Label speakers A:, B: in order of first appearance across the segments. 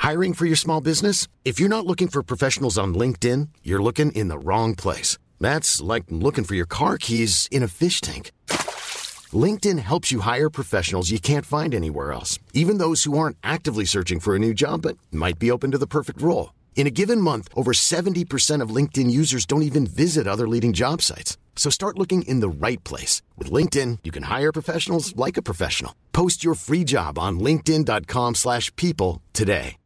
A: Hiring for your small business? If you're not looking for professionals on LinkedIn, you're looking in the wrong place. That's like looking for your car keys in a fish tank. LinkedIn helps you hire professionals you can't find anywhere else, even those who aren't actively searching for a new job but might be open to the perfect role. In a given month, over 70% of LinkedIn users don't even visit other leading job sites. So start looking in the right place. With LinkedIn, you can hire professionals like a professional. Post your free job on linkedin.com/people today.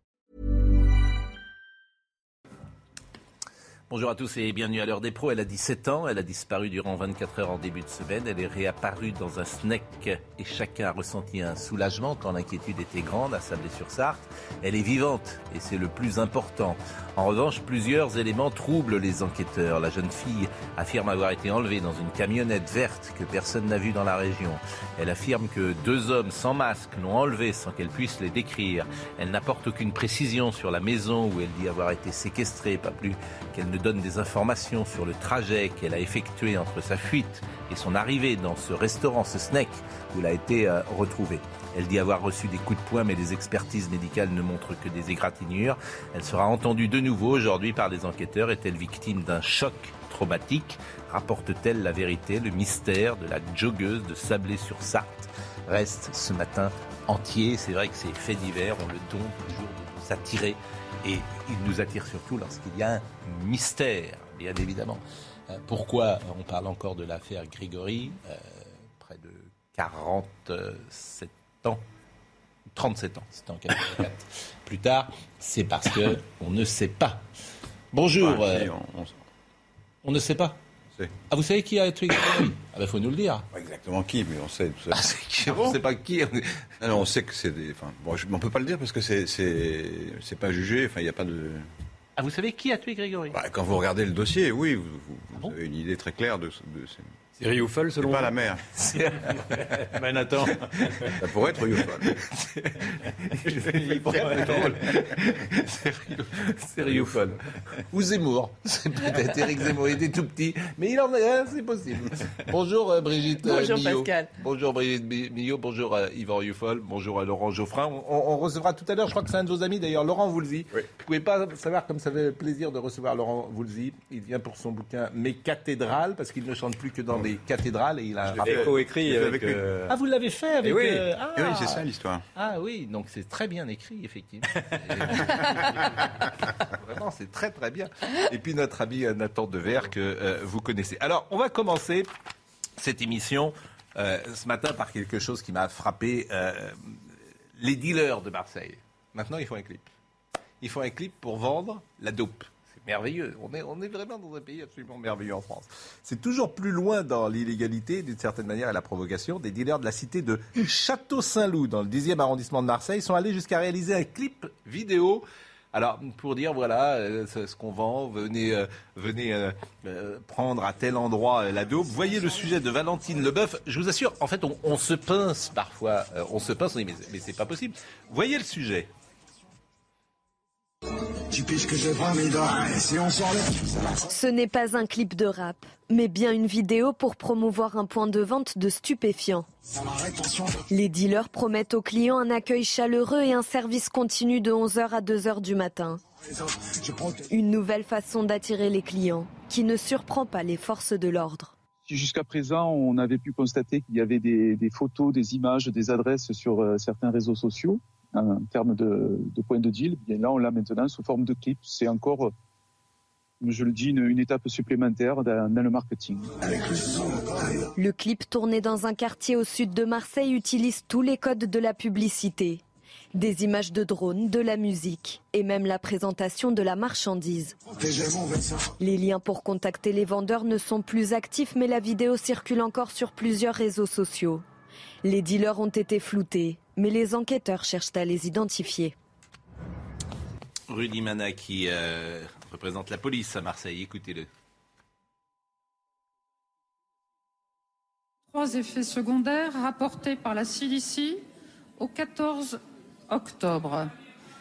B: Bonjour à tous et bienvenue à l'heure des pros. Elle a 17 ans, elle a disparu durant 24 heures en début de semaine. Elle est réapparue dans un snack et chacun a ressenti un soulagement quand l'inquiétude était grande à Sablé-sur-Sarthe. Elle est vivante et c'est le plus important. En revanche, plusieurs éléments troublent les enquêteurs. La jeune fille affirme avoir été enlevée dans une camionnette verte que personne n'a vue dans la région. Elle affirme que 2 hommes sans masque l'ont enlevée sans qu'elle puisse les décrire. Elle n'apporte aucune précision sur la maison où elle dit avoir été séquestrée, pas plus qu'elle ne donne des informations sur le trajet qu'elle a effectué entre sa fuite et son arrivée dans ce restaurant, ce snack, où elle a été retrouvée. Elle dit avoir reçu des coups de poing, mais les expertises médicales ne montrent que des égratignures. Elle sera entendue de nouveau aujourd'hui par les enquêteurs. Est-elle victime d'un choc traumatique? Rapporte-t-elle la vérité? Le mystère de la joggeuse de Sablé-sur-Sarthe reste ce matin entier. C'est vrai que ces faits divers ont le don toujours de nous attirer. Et il nous attire surtout lorsqu'il y a un mystère, bien évidemment. Pourquoi on parle encore de l'affaire Grégory, près de 47 ans, 37 ans, c'était en 84. Plus tard, c'est parce qu'on ne sait pas. Bonjour. On ne sait pas. Ah, vous savez qui a tué Grégory? Ah ben, faut nous le dire.
C: Pas exactement qui, mais on sait.
B: Ah, c'est qui? On ne sait pas qui.
C: Non, on sait que c'est des. Enfin, bon, on peut pas le dire parce que c'est pas jugé. Enfin, il y a pas de.
B: Ah, vous savez qui a tué Grégory?
C: Quand vous regardez le dossier, oui, vous avez une idée très claire de.
D: C'est Rioufol, selon vous?
C: C'est pas la mère.
D: Mais Nathan.
C: Ça pourrait être Rioufol.
B: Il pourrait être drôle. C'est Rioufol. Ou Zemmour. C'est peut-être Éric Zemmour. Il était tout petit, mais il en est, c'est possible. Bonjour Brigitte
E: Bonjour
B: Millot.
E: Pascal.
B: Bonjour Brigitte Millot. Bonjour Yvan Rioufol. Bonjour Laurent Geoffrin. On recevra tout à l'heure, je crois que c'est un de vos amis d'ailleurs, Laurent Voulzy. Oui. Vous pouvez pas savoir comme ça fait plaisir de recevoir Laurent Voulzy. Il vient pour son bouquin Mes cathédrales, parce qu'il ne chante plus que dans des cathédrales et il a
D: co-écrit avec
B: Ah, vous l'avez fait avec
D: oui.
C: Oui, c'est ça l'histoire.
B: Ah oui, donc c'est très bien écrit, effectivement. Vraiment, c'est très très bien. Et puis notre ami Nathan Dever que vous connaissez. Alors, on va commencer cette émission ce matin par quelque chose qui m'a frappé. Les dealers de Marseille. Maintenant, ils font un clip. Ils font un clip pour vendre la dope. Merveilleux. On est vraiment dans un pays absolument merveilleux en France. C'est toujours plus loin dans l'illégalité, d'une certaine manière, et la provocation. Des dealers de la cité de Château-Saint-Loup, dans le 10e arrondissement de Marseille, sont allés jusqu'à réaliser un clip vidéo. Alors, pour dire, voilà, ce qu'on vend, venez prendre à tel endroit la dope. Voyez le sujet de Valentine Leboeuf. Je vous assure, en fait, on se pince parfois. On se pince, on dit, mais c'est pas possible. Voyez le sujet.
F: Ce n'est pas un clip de rap, mais bien une vidéo pour promouvoir un point de vente de stupéfiants. Les dealers promettent aux clients un accueil chaleureux et un service continu de 11h à 2h du matin. Une nouvelle façon d'attirer les clients, qui ne surprend pas les forces de l'ordre.
G: Jusqu'à présent, on avait pu constater qu'il y avait des photos, des images, des adresses sur certains réseaux sociaux. En termes de point de deal, bien là on l'a maintenant sous forme de clip. C'est encore, comme je le dis, une étape supplémentaire dans le marketing.
F: Le clip tourné dans un quartier au sud de Marseille utilise tous les codes de la publicité. Des images de drones, de la musique et même la présentation de la marchandise. Les liens pour contacter les vendeurs ne sont plus actifs, mais la vidéo circule encore sur plusieurs réseaux sociaux. Les dealers ont été floutés, mais les enquêteurs cherchent à les identifier.
B: Rudy Mana qui représente la police à Marseille, écoutez-le.
H: 3 effets secondaires rapportés par la CDC au 14 octobre.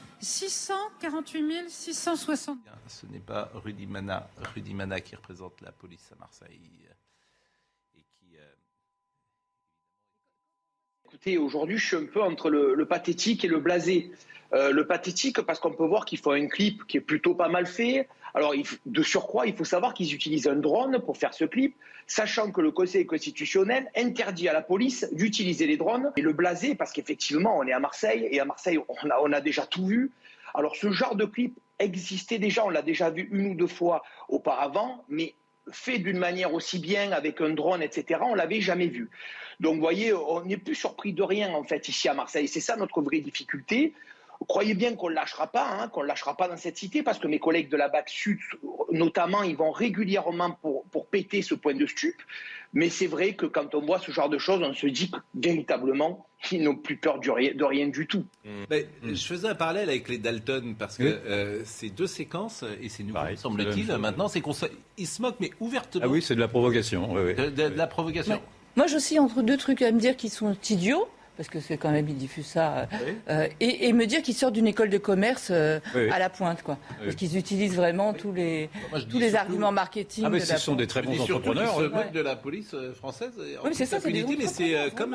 H: 648 660.
B: Ce n'est pas Rudy Mana qui représente la police à Marseille.
E: Écoutez, aujourd'hui, je suis un peu entre le pathétique et le blasé. Le pathétique, parce qu'on peut voir qu'ils font un clip qui est plutôt pas mal fait. Alors, de surcroît, il faut savoir qu'ils utilisent un drone pour faire ce clip, sachant que le Conseil constitutionnel interdit à la police d'utiliser les drones. Et le blasé, parce qu'effectivement, on est à Marseille, et à Marseille, on a déjà tout vu. Alors, ce genre de clip existait déjà, on l'a déjà vu 1 ou 2 fois auparavant, mais fait d'une manière aussi bien avec un drone, etc., on ne l'avait jamais vu. Donc, vous voyez, on n'est plus surpris de rien, en fait, ici à Marseille. C'est ça notre vraie difficulté. Croyez bien qu'on ne lâchera pas, qu'on ne lâchera pas dans cette cité, parce que mes collègues de la BAC Sud, notamment, ils vont régulièrement pour péter ce point de stup. Mais c'est vrai que quand on voit ce genre de choses, on se dit que, véritablement, ils n'ont plus peur de rien du tout.
B: Mais, je faisais un parallèle avec les Dalton, parce que ces 2 séquences, et c'est nouveau, semble-t-il, maintenant, c'est qu'ils se moquent, mais ouvertement.
D: Ah oui, c'est de la provocation. Oui.
B: De la provocation.
I: Ouais. Moi, j'oscille entre 2 trucs à me dire qu'ils sont idiots, parce que c'est quand même, ils diffusent ça, et me dire qu'ils sortent d'une école de commerce à la pointe, quoi. Parce qu'ils utilisent vraiment tous les arguments marketing.
D: Ah mais ce sont des très bons entrepreneurs.
B: Ils se moquent de la police française.
I: Oui, c'est ça, c'est des
B: mais c'est comme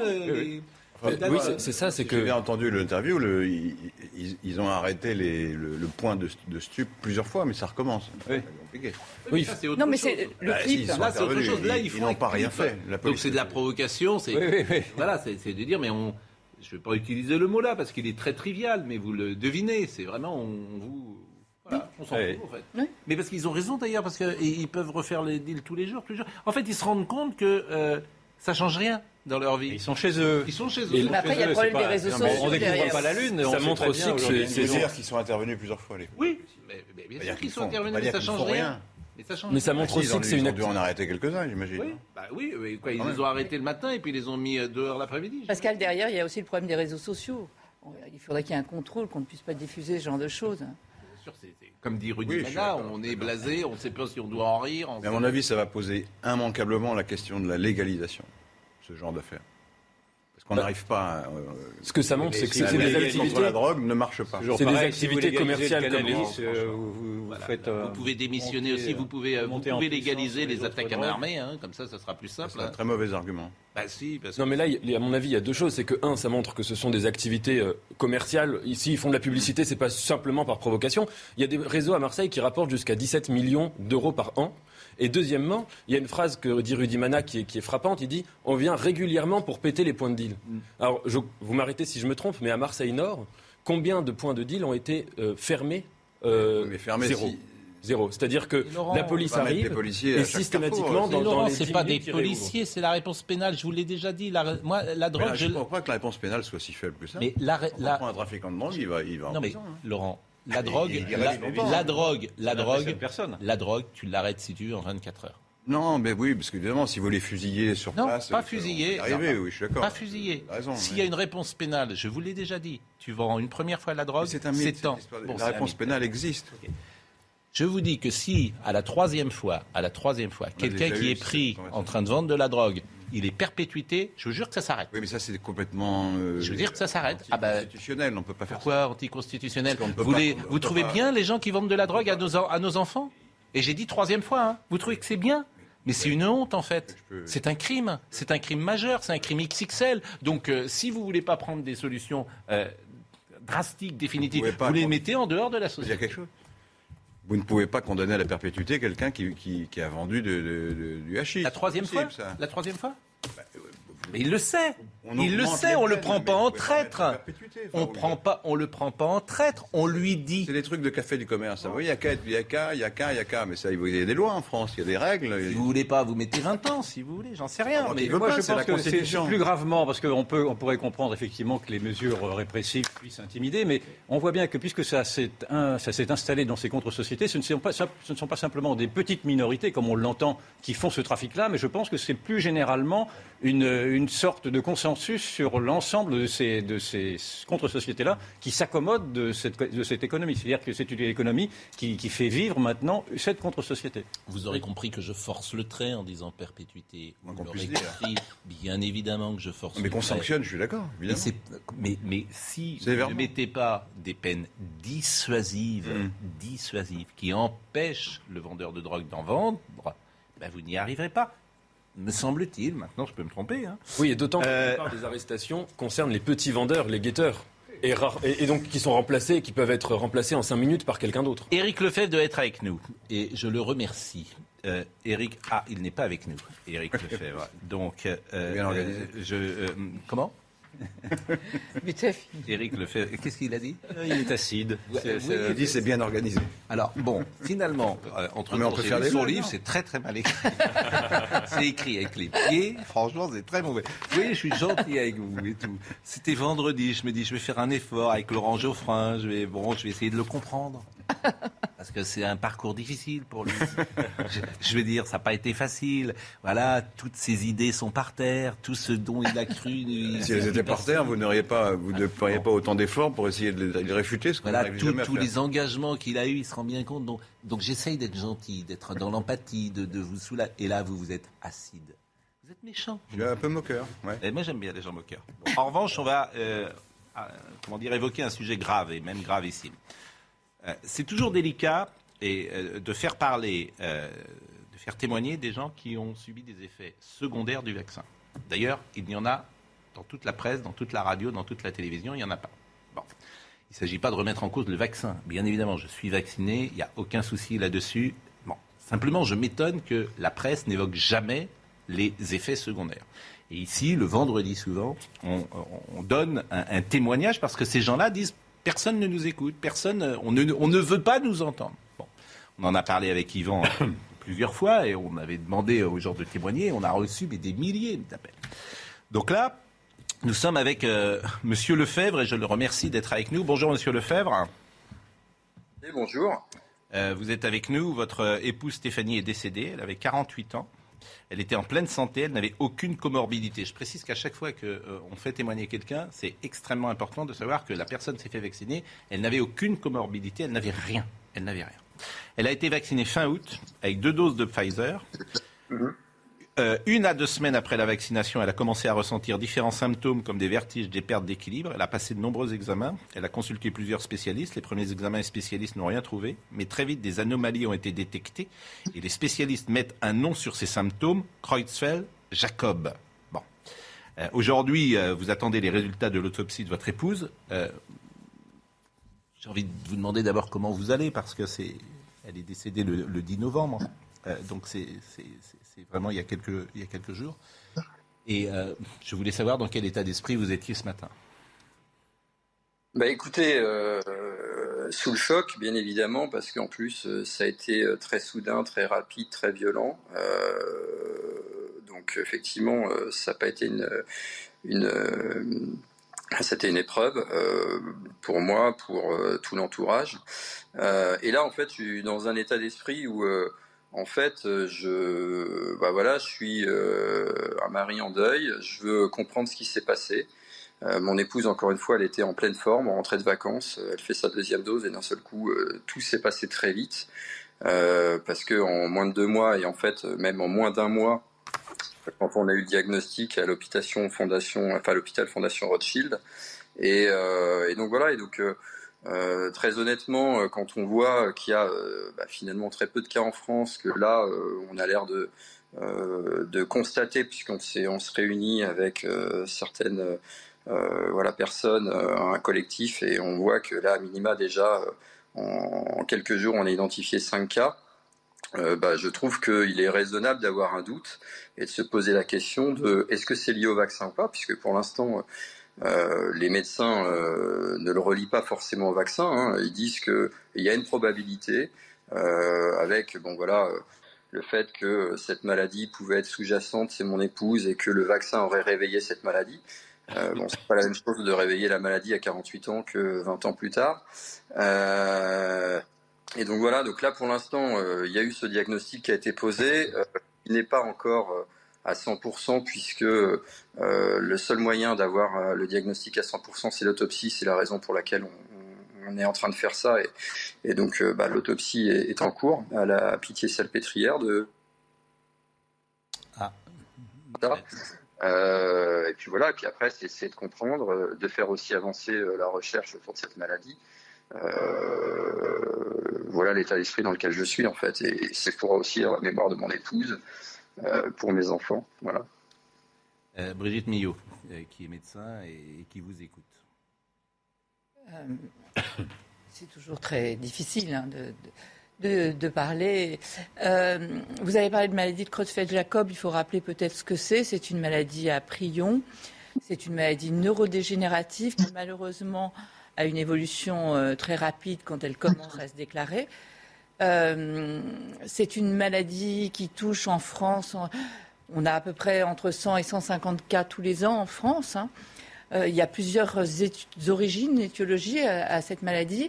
J: Oui, c'est ça, c'est que...
C: J'ai bien entendu l'interview, ils ont arrêté le point de stup plusieurs fois, mais ça recommence.
D: Oui.
B: Oui, ça, c'est autre
I: non, mais
B: chose.
I: c'est le clip.
B: Là, c'est autre chose. Là,
C: ils n'ont pas rien fait.
B: Donc c'est de la provocation. Voilà, c'est de dire, mais je ne vais pas utiliser le mot là parce qu'il est très trivial, mais vous le devinez. C'est vraiment, on s'en fout en fait. Oui. Mais parce qu'ils ont raison d'ailleurs, parce qu'ils peuvent refaire les deals tous les jours. En fait, ils se rendent compte que ça change rien dans leur vie.
D: Ils sont chez eux.
I: Mais après, il y a le problème des réseaux sociaux.
D: On ne découvre pas la Lune.
J: Ça montre aussi que
C: c'est dire qu'ils sont intervenus plusieurs fois.
B: Oui, mais bien sûr qu'ils sont intervenus, mais ça change rien.
J: Mais ça montre aussi que c'est une...
C: Ils ont dû en arrêter quelques-uns, j'imagine.
B: Oui, ils les ont arrêtés le matin et puis ils les ont mis dehors l'après-midi.
I: Pascal, derrière, il y a aussi le problème des réseaux sociaux. Il faudrait qu'il y ait un contrôle, qu'on ne puisse pas diffuser ce genre de choses.
B: Bien sûr, c'est comme dit Rudy Mana, on est blasé, on ne sait pas si on doit en rire.
C: Mais à mon avis, ça va poser immanquablement la question de la légalisation, ce genre d'affaires. Parce qu'on n'arrive pas.
J: Ce que ça montre, c'est que c'est des activités
C: contre la drogue ne marche pas.
J: C'est des activités commerciales comme
B: vous pouvez démissionner aussi. Vous pouvez légaliser les attaques à main armée. Comme ça sera plus simple.
C: C'est un très mauvais argument.
J: Non, mais là, à mon avis, il y a 2 choses. C'est que ça montre que ce sont des activités commerciales. Ici, ils font de la publicité. C'est pas simplement par provocation. Il y a des réseaux à Marseille qui rapportent jusqu'à 17 millions d'euros par an. Et deuxièmement, il y a une phrase que dit Rudy Mana qui est frappante. Il dit « On vient régulièrement pour péter les points de deal ». Alors, vous m'arrêtez si je me trompe, mais à Marseille-Nord, combien de points de deal ont été fermés Zéro. C'est-à-dire que la police arrive et systématiquement
B: dans les... C'est pas des policiers, c'est la réponse pénale. Je vous l'ai déjà dit. Moi, la drogue...
C: Je ne crois pas que la réponse pénale soit si faible que ça.
B: Mais
C: on prend un trafiquant de drogue, il va en prison.
B: Laurent... La drogue, tu l'arrêtes si tu veux en 24 heures.
C: Non, mais oui, parce qu'évidemment, si vous les fusillez sur place...
B: Non, pas fusillé.
C: Oui, je suis d'accord.
B: Pas fusillé. S'il y a une réponse pénale, je vous l'ai déjà dit, tu vends une première fois la drogue, c'est temps.
C: La réponse pénale existe.
B: Okay. Je vous dis que si, à la troisième fois, quelqu'un qui est pris en train de vendre de la drogue, il est perpétuité, je vous jure que ça s'arrête.
C: Oui, mais ça, c'est complètement...
B: je veux dire que ça s'arrête.
C: Anticonstitutionnel, on ne peut pas faire ça.
B: Pourquoi anticonstitutionnel ? Vous trouvez bien les gens qui vendent de la drogue à nos enfants ? Et j'ai dit 3e fois, vous trouvez que c'est bien ? Mais c'est une honte, en fait. C'est un crime. C'est un crime majeur. C'est un crime XXL. Donc, si vous ne voulez pas prendre des solutions drastiques, définitives, vous les mettez en dehors de la société.
C: Il y a quelque chose. Vous ne pouvez pas condamner à la perpétuité quelqu'un qui a vendu du hashish.
B: La troisième fois ? Mais il le sait. On le prend pas en traître. On le prend pas en traître. On lui dit.
C: C'est des trucs de café du commerce. Il y a qu'à. Mais ça, il y a des lois en France, il y a des règles.
B: Si vous voulez pas, vous mettez 20 ans, si vous voulez. J'en sais rien.
D: Mais moi, je pense que c'est plus gravement, parce qu'on pourrait comprendre effectivement que les mesures répressives puissent intimider, mais on voit bien que puisque ça s'est installé dans ces contre-sociétés, ce ne sont pas simplement des petites minorités, comme on l'entend, qui font ce trafic-là, mais je pense que c'est plus généralement une sorte de consensus sur l'ensemble de ces contre-sociétés-là qui s'accommodent de cette économie. C'est-à-dire que c'est une économie qui fait vivre maintenant cette contre-société.
B: Vous aurez compris que je force le trait en disant perpétuité. Vous l'aurez compris, bien évidemment que je force le trait.
C: Mais qu'on sanctionne, je suis d'accord, évidemment.
B: Mais si vous ne mettez pas des peines dissuasives qui empêchent le vendeur de drogue d'en vendre, vous n'y arriverez pas. me semble-t-il, maintenant je peux me tromper. Hein.
J: Oui, et d'autant que la plupart des arrestations concernent les petits vendeurs, les guetteurs. Et donc qui sont remplacés, qui peuvent être remplacés en 5 minutes par quelqu'un d'autre.
B: Éric Lefebvre doit être avec nous et je le remercie. Éric, il n'est pas avec nous, Éric Lefebvre. Donc,
C: bien organisé.
B: Comment Éric Lefebvre, qu'est-ce qu'il a dit?
D: Il est acide.
C: Il dit c'est bien organisé.
B: Alors, bon, finalement, entre
C: mais on peut faire
B: son livre, c'est très très mal écrit. C'est écrit avec les pieds, franchement, c'est très mauvais. Vous voyez, je suis gentil avec vous et tout. C'était vendredi, je me dis, je vais faire un effort avec Laurent Geoffrin, je vais essayer de le comprendre. Parce que c'est un parcours difficile pour lui. Je veux dire, ça n'a pas été facile. Voilà, toutes ses idées sont par terre, tout ce dont il a cru.
C: Si elles étaient par terre, vous ne feriez pas autant d'efforts pour essayer de les réfuter.
B: Voilà, tous les engagements qu'il a eus, il se rend bien compte. Donc j'essaye d'être gentil, d'être dans l'empathie, de vous soulager. Et là, vous êtes acide. Vous êtes méchant.
C: Je suis un peu moqueur. Ouais.
B: Et moi, j'aime bien les gens moqueurs. Bon, en revanche, on va évoquer un sujet grave, et même gravissime. C'est toujours délicat de faire parler, de faire témoigner des gens qui ont subi des effets secondaires du vaccin. D'ailleurs, il y en a dans toute la presse, dans toute la radio, dans toute la télévision, il n'y en a pas. Bon. Il ne s'agit pas de remettre en cause le vaccin. Bien évidemment, je suis vacciné, il n'y a aucun souci là-dessus. Bon. Simplement, je m'étonne que la presse n'évoque jamais les effets secondaires. Et ici, le vendredi souvent, on donne un témoignage parce que ces gens-là disent personne ne nous écoute, on ne veut pas nous entendre. Bon. On en a parlé avec Yvan plusieurs fois et on avait demandé aux gens de témoigner. On a reçu des milliers d'appels. Donc là, nous sommes avec Monsieur Lefebvre et je le remercie d'être avec nous. Bonjour Monsieur Lefebvre.
K: Et bonjour.
B: Vous êtes avec nous. Votre épouse Stéphanie est décédée. Elle avait 48 ans. Elle était en pleine santé, elle n'avait aucune comorbidité. Je précise qu'à chaque fois qu'on fait témoigner quelqu'un, c'est extrêmement important de savoir que la personne s'est fait vacciner. Elle n'avait aucune comorbidité, elle n'avait rien. Elle a été vaccinée fin août avec 2 doses de Pfizer. 1 à 2 semaines après la vaccination, elle a commencé à ressentir différents symptômes comme des vertiges, des pertes d'équilibre. Elle a passé de nombreux examens. Elle a consulté plusieurs spécialistes. Les premiers examens et spécialistes n'ont rien trouvé. Mais très vite, des anomalies ont été détectées. Et les spécialistes mettent un nom sur ces symptômes, Creutzfeldt-Jakob. Bon. Aujourd'hui, vous attendez les résultats de l'autopsie de votre épouse. J'ai envie de vous demander d'abord comment vous allez, parce que elle est décédée le 10 novembre. Donc c'est vraiment il y a quelques jours. Et je voulais savoir dans quel état d'esprit vous étiez ce matin.
K: Écoutez, sous le choc, bien évidemment, parce qu'en plus, ça a été très soudain, très rapide, très violent. Donc effectivement, ça n'a pas été c'était une épreuve pour moi, pour tout l'entourage. Et là, en fait, je suis dans un état d'esprit où... En fait, je suis un mari en deuil. Je veux comprendre ce qui s'est passé. Mon épouse, encore une fois, elle était en pleine forme, en rentrée de vacances. Elle fait sa 2e dose et d'un seul coup, tout s'est passé très vite. Parce que en moins de 2 mois et en fait, même en moins d'1 mois, quand on a eu le diagnostic à l'hôpital Fondation Rothschild. Et donc voilà. Et donc très honnêtement, quand on voit qu'il y a finalement très peu de cas en France, que là on a l'air de constater, puisqu'on se réunit avec certaines personnes, un collectif, et on voit que là, à minima déjà, en quelques jours, on a identifié 5 cas. Je trouve qu'il est raisonnable d'avoir un doute et de se poser la question de est-ce que c'est lié au vaccin ou pas, puisque pour l'instant les médecins ne le relient pas forcément au vaccin, hein. Ils disent qu'il y a une probabilité avec le fait que cette maladie pouvait être sous-jacente, c'est mon épouse, et que le vaccin aurait réveillé cette maladie. C'est pas la même chose de réveiller la maladie à 48 ans que 20 ans plus tard. Et donc voilà, donc là pour l'instant, il y a eu ce diagnostic qui a été posé. Il n'est pas encore à 100%, puisque le seul moyen d'avoir le diagnostic à 100%, c'est l'autopsie. C'est la raison pour laquelle on est en train de faire ça. Et donc l'autopsie est en cours à la Pitié-Salpêtrière de... et puis voilà, et puis après c'est de comprendre, de faire aussi avancer la recherche autour de cette maladie. Voilà l'état d'esprit dans lequel je suis en fait, et c'est pour aussi la mémoire de mon épouse, pour mes enfants. Voilà.
B: Brigitte Millot, qui est médecin et qui vous écoute.
I: C'est toujours très difficile de parler. Vous avez parlé de maladie de Creutzfeldt-Jakob. Il faut rappeler peut-être ce que c'est. C'est une maladie à prions. C'est une maladie neurodégénérative qui malheureusement a une évolution très rapide quand elle commence à se déclarer. C'est une maladie qui touche en France, on a à peu près entre 100 et 150 cas tous les ans en France. Il y a plusieurs origines, étiologies à cette maladie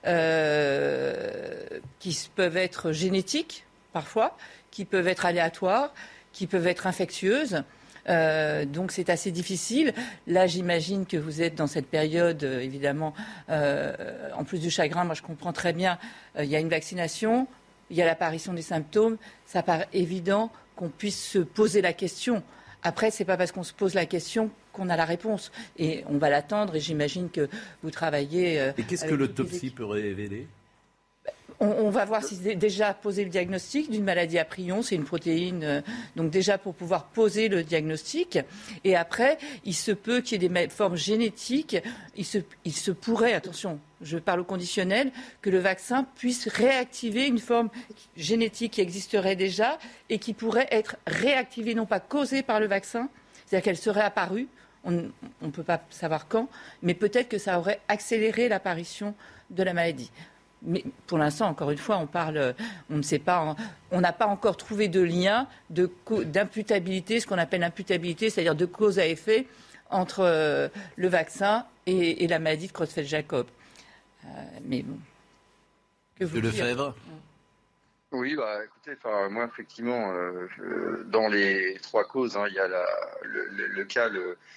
I: qui peuvent être génétiques parfois, qui peuvent être aléatoires, qui peuvent être infectieuses. Donc c'est assez difficile. Là, j'imagine que vous êtes dans cette période, évidemment, en plus du chagrin, moi je comprends très bien, il y a une vaccination, il y a l'apparition des symptômes, ça paraît évident qu'on puisse se poser la question. Après, c'est pas parce qu'on se pose la question qu'on a la réponse. Et on va l'attendre, et j'imagine que vous travaillez...
B: Et qu'est-ce que l'autopsie peut révéler ?
I: On va voir si c'est déjà posé le diagnostic d'une maladie à prions, c'est une protéine, donc déjà pour pouvoir poser le diagnostic. Et après, il se peut qu'il y ait des formes génétiques, il se pourrait, attention, je parle au conditionnel, que le vaccin puisse réactiver une forme génétique qui existerait déjà et qui pourrait être réactivée, non pas causée par le vaccin, c'est-à-dire qu'elle serait apparue, on ne peut pas savoir quand, mais peut-être que ça aurait accéléré l'apparition de la maladie. Mais pour l'instant, encore une fois, on ne sait pas, on n'a pas encore trouvé de lien d'imputabilité, ce qu'on appelle l'imputabilité, c'est-à-dire de cause à effet entre le vaccin et la maladie de Creutzfeldt-Jakob. Mais bon.
B: Que vous Lefebvre ?
K: Oui, écoutez, moi effectivement, dans les trois causes, il y a le cas.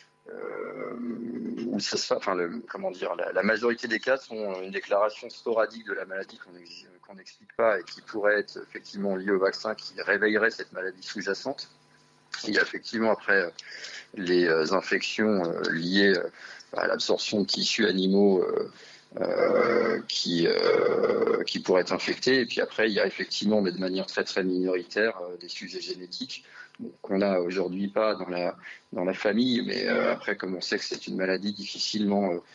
K: Où ça se fait, la majorité des cas sont une déclaration sporadique de la maladie qu'on n'explique pas et qui pourrait être effectivement liée au vaccin qui réveillerait cette maladie sous-jacente. Il y a effectivement après les infections liées à l'absorption de tissus animaux qui pourraient être infectés. Et puis après, il y a effectivement, mais de manière très très minoritaire, des sujets génétiques qu'on n'a aujourd'hui pas dans la famille, mais après, comme on sait que c'est une maladie difficile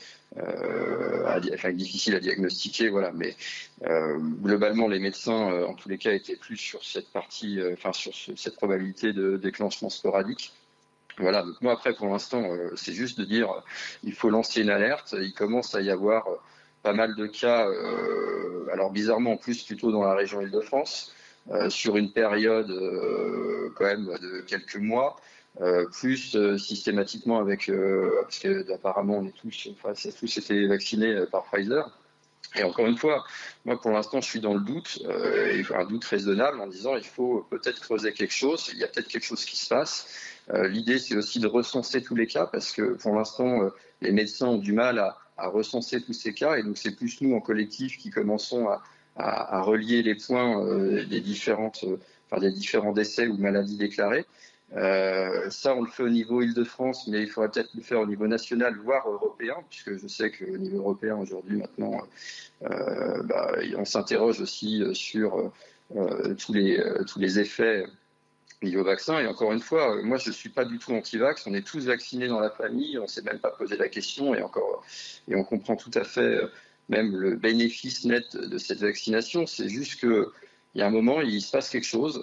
K: à diagnostiquer, voilà. Mais globalement, les médecins, en tous les cas, étaient plus sur cette partie, sur cette probabilité de déclenchement sporadique. Voilà. Donc moi, après, pour l'instant, c'est juste de dire, il faut lancer une alerte. Il commence à y avoir pas mal de cas, alors bizarrement, en plus, plutôt dans la région Île-de-France. Sur une période quand même de quelques mois, plus systématiquement avec, parce que apparemment on est tous été vaccinés par Pfizer. Et encore une fois, moi pour l'instant je suis dans le doute, et un doute raisonnable en disant il faut peut-être creuser quelque chose, il y a peut-être quelque chose qui se passe. L'idée c'est aussi de recenser tous les cas parce que pour l'instant les médecins ont du mal à recenser tous ces cas et donc c'est plus nous en collectif qui commençons à relier les points des différents décès ou maladies déclarées. Ça, on le fait au niveau Île-de-France, mais il faudrait peut-être le faire au niveau national, voire européen, puisque je sais qu'au niveau européen, aujourd'hui, maintenant, on s'interroge aussi sur tous les effets liés au vaccin. Et encore une fois, moi, je ne suis pas du tout anti-vax. On est tous vaccinés dans la famille, on ne s'est même pas posé la question, et on comprend tout à fait même le bénéfice net de cette vaccination. C'est juste qu'il y a un moment, il se passe quelque chose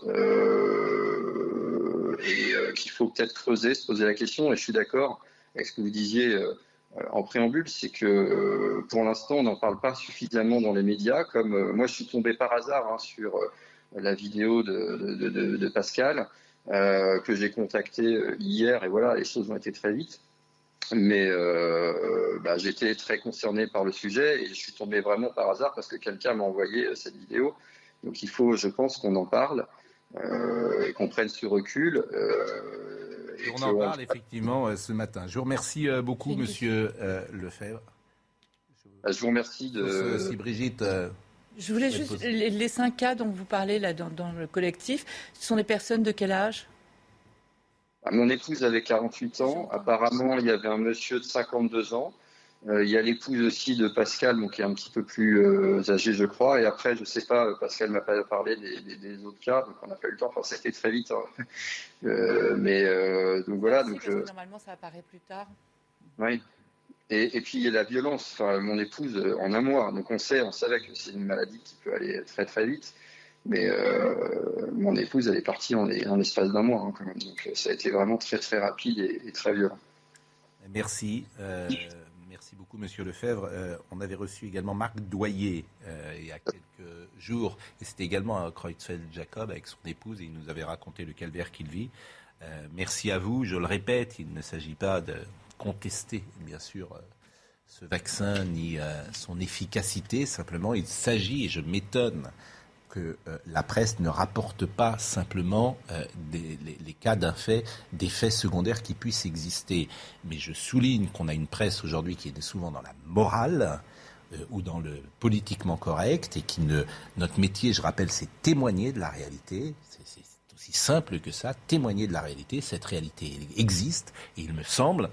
K: et qu'il faut peut-être creuser, se poser la question. Et je suis d'accord avec ce que vous disiez en préambule, c'est que pour l'instant, on n'en parle pas suffisamment dans les médias. Comme moi, je suis tombé par hasard sur la vidéo de Pascal que j'ai contacté hier. Et voilà, les choses ont été très vite. Mais j'étais très concerné par le sujet et je suis tombé vraiment par hasard parce que quelqu'un m'a envoyé cette vidéo. Donc il faut, je pense, qu'on en parle et qu'on prenne ce recul.
B: On en parle effectivement ce matin. Je vous remercie beaucoup, Monsieur Lefebvre.
K: Je vous remercie de...
B: Si Brigitte...
I: je voulais juste... Les 5 cas dont vous parlez là, dans le collectif, ce sont des personnes de quel âge ?
K: Mon épouse avait 48 ans. Apparemment, il y avait un monsieur de 52 ans. Il y a l'épouse aussi de Pascal, donc qui est un petit peu plus âgée, je crois. Et après, je sais pas, Pascal m'a pas parlé des autres cas, donc on n'a pas eu le temps. Enfin, ça a été très vite. Hein. Donc voilà. Donc
I: normalement, ça apparaît plus tard.
K: Oui. Et puis il y a la violence. Enfin, mon épouse en un mois. Donc on savait que c'est une maladie qui peut aller très très vite. Mais mon épouse, elle est partie en l'espace d'un mois, hein, quand même. Donc ça a été vraiment très très rapide et très violent.
B: Merci. Merci beaucoup, Monsieur Lefebvre. On avait reçu également Marc Doyer il y a quelques jours, et c'était également à Creutzfeldt-Jakob avec son épouse, et il nous avait raconté le calvaire qu'il vit. Merci à vous. Je le répète, il ne s'agit pas de contester, bien sûr, ce vaccin ni son efficacité. Simplement, il s'agit, et je m'étonne que la presse ne rapporte pas simplement les cas d'effets secondaires qui puissent exister. Mais je souligne qu'on a une presse aujourd'hui qui est souvent dans la morale ou dans le politiquement correct, et notre métier, je rappelle, c'est témoigner de la réalité. C'est aussi simple que ça, témoigner de la réalité. Cette réalité existe, et il me semble...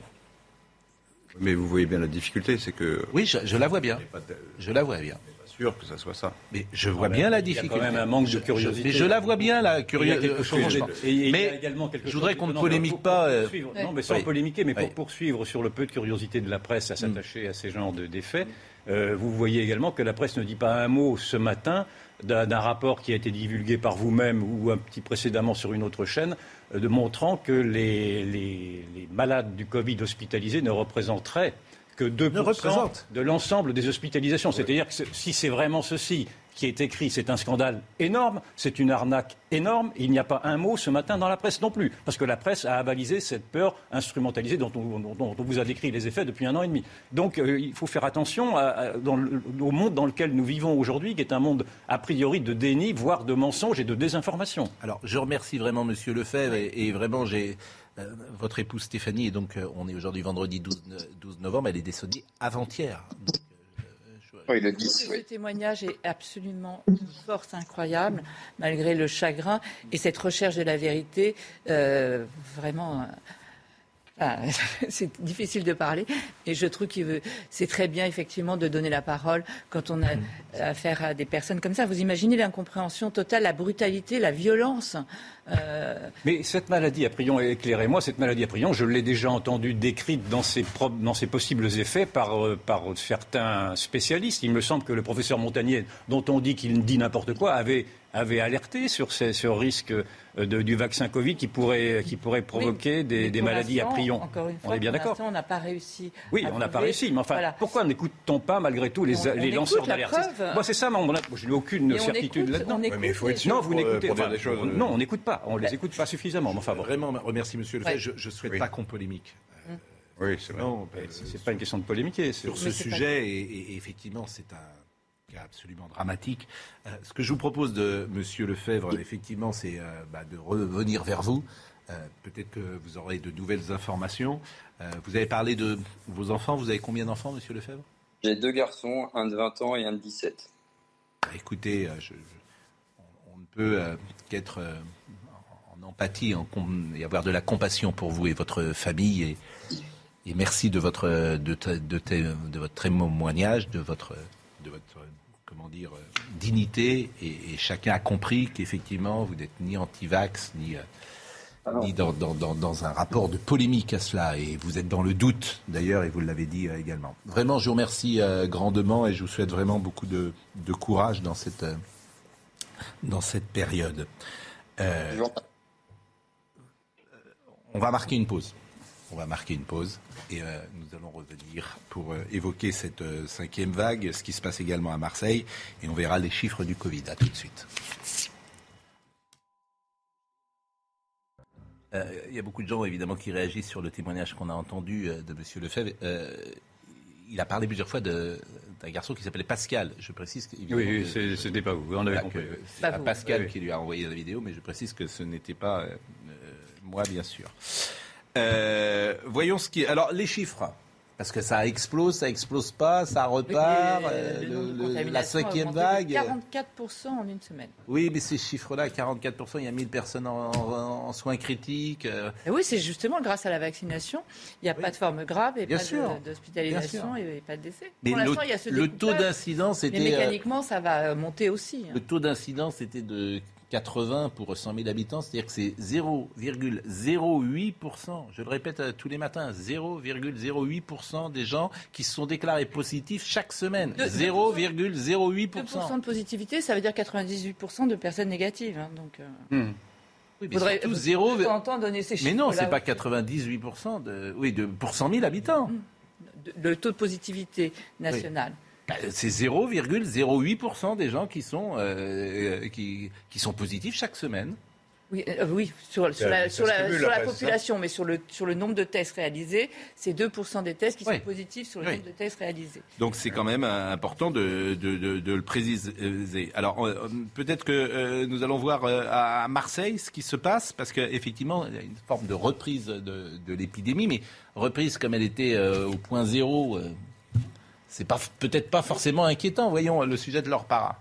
C: Mais vous voyez bien la difficulté, c'est que...
B: Oui, je la vois bien. Je la vois bien.
C: Sûr que ça soit ça.
B: Mais je vois bien la difficulté.
D: Il y a quand même un manque de curiosité.
B: Mais je la vois bien, la curiosité. Mais je voudrais qu'on ne polémique pas.
D: Non, mais sans polémiquer, mais pour poursuivre sur le peu de curiosité de la presse à s'attacher à ces genres d'effets, vous voyez également que la presse ne dit pas un mot ce matin d'un rapport qui a été divulgué par vous-même ou un petit précédemment sur une autre chaîne, de montrant que les malades du Covid hospitalisés ne représenteraient que 2% de l'ensemble des hospitalisations. C'est-à-dire que si c'est vraiment ceci qui est écrit, c'est un scandale énorme, c'est une arnaque énorme. Il n'y a pas un mot ce matin dans la presse non plus, parce que la presse a avalisé cette peur instrumentalisée dont on vous a décrit les effets depuis 1 an et demi. Donc il faut faire attention au monde dans lequel nous vivons aujourd'hui, qui est un monde a priori de déni, voire de mensonges et de désinformation.
B: Alors je remercie vraiment Monsieur Lefebvre, et vraiment votre épouse Stéphanie, et donc on est aujourd'hui vendredi 12 novembre, elle est décédée avant-hier.
K: Oui, le 10,
I: Ce témoignage est absolument une force incroyable, malgré le chagrin et cette recherche de la vérité, vraiment... c'est difficile de parler, et je trouve que c'est très bien effectivement de donner la parole quand on a affaire à des personnes comme ça. Vous imaginez l'incompréhension totale, la brutalité, la violence.
D: Mais cette maladie à prion, éclairez-moi, cette maladie à prion, je l'ai déjà entendue décrite dans ses possibles effets par certains spécialistes. Il me semble que le professeur Montagnier, dont on dit qu'il dit n'importe quoi, avait alerté sur ce risque du vaccin Covid qui pourrait provoquer des maladies à prion.
I: Encore une fois,
D: on est bien d'accord.
I: On n'a pas réussi.
D: Oui, on n'a pas réussi. Mais enfin, pourquoi n'écoute-t-on pas malgré tout les lanceurs d'alerte? Moi, c'est ça. Je n'ai aucune certitude là-dedans.
C: Mais il faut être sûr
D: vous n'écoutez
C: pour dire des choses.
D: Non, on n'écoute pas. On les écoute pas suffisamment. Enfin,
B: vraiment, remercie Monsieur Lefebvre. Je ne souhaite pas qu'on polémique.
C: Oui, c'est vrai.
D: Non, c'est pas une question de polémiquer.
B: Sur ce sujet, et effectivement, c'est un cas absolument dramatique. Ce que je vous propose de Monsieur Lefebvre, effectivement, c'est de revenir vers vous. Peut-être que vous aurez de nouvelles informations. Vous avez parlé de vos enfants. Vous avez combien d'enfants, Monsieur Lefebvre?
K: J'ai 2 garçons, un de 20 ans et un de 17.
B: Écoutez, on ne peut qu'être en empathie et avoir de la compassion pour vous et votre famille. Et merci de votre témoignage, de votre dignité. Et chacun a compris qu'effectivement, vous n'êtes ni anti-vax, ni dans un rapport de polémique à cela. Et vous êtes dans le doute, d'ailleurs, et vous l'avez dit également. Vraiment, je vous remercie grandement, et je vous souhaite vraiment beaucoup de courage dans cette période. On va marquer une pause. Et nous allons revenir pour évoquer cette 5e vague, ce qui se passe également à Marseille, et on verra les chiffres du Covid. À tout de suite. Il y a beaucoup de gens, évidemment, qui réagissent sur le témoignage qu'on a entendu de M. Lefebvre. Il a parlé plusieurs fois d'un garçon qui s'appelait Pascal. Je précise
D: oui, c'était pas vous. On avait compris.
B: C'est Pascal qui lui a envoyé la vidéo, mais je précise que ce n'était pas moi, bien sûr. Voyons ce qui est... Alors, les chiffres. Parce que ça explose pas, ça repart, la cinquième vague.
I: 44% en une semaine.
B: Oui, mais ces chiffres-là, 44%, il y a 1000 personnes en soins critiques.
I: Et oui, c'est justement grâce à la vaccination, il n'y a pas de forme grave et pas d'hospitalisation et pas de décès.
B: Mais
I: pour l'instant, il y a ce
B: le taux d'incidence était...
I: Mais mécaniquement, ça va monter aussi.
B: Le taux d'incidence était de 80 pour 100 000 habitants, c'est-à-dire que c'est 0,08%. Je le répète tous les matins, 0,08% des gens qui se sont déclarés positifs chaque semaine. 0,08%.
I: 2% de positivité, ça veut dire 98% de personnes négatives. Hein, donc,
B: Oui, mais surtout 0...
I: donner ces chiffres.
B: Mais non, c'est pas 98% pour 100 000 habitants.
I: Le taux de positivité nationale.
B: Oui. C'est 0,08% des gens qui sont positifs chaque semaine.
I: Oui, sur la population, mais sur le nombre de tests réalisés, c'est 2% des tests qui sont positifs sur le nombre de tests réalisés.
B: Donc c'est quand même important de le préciser. Alors peut-être que nous allons voir à Marseille ce qui se passe, parce qu'effectivement, il y a une forme de reprise de l'épidémie, mais reprise comme elle était au point zéro... c'est peut-être pas forcément inquiétant. Voyons le sujet de Laure Parra.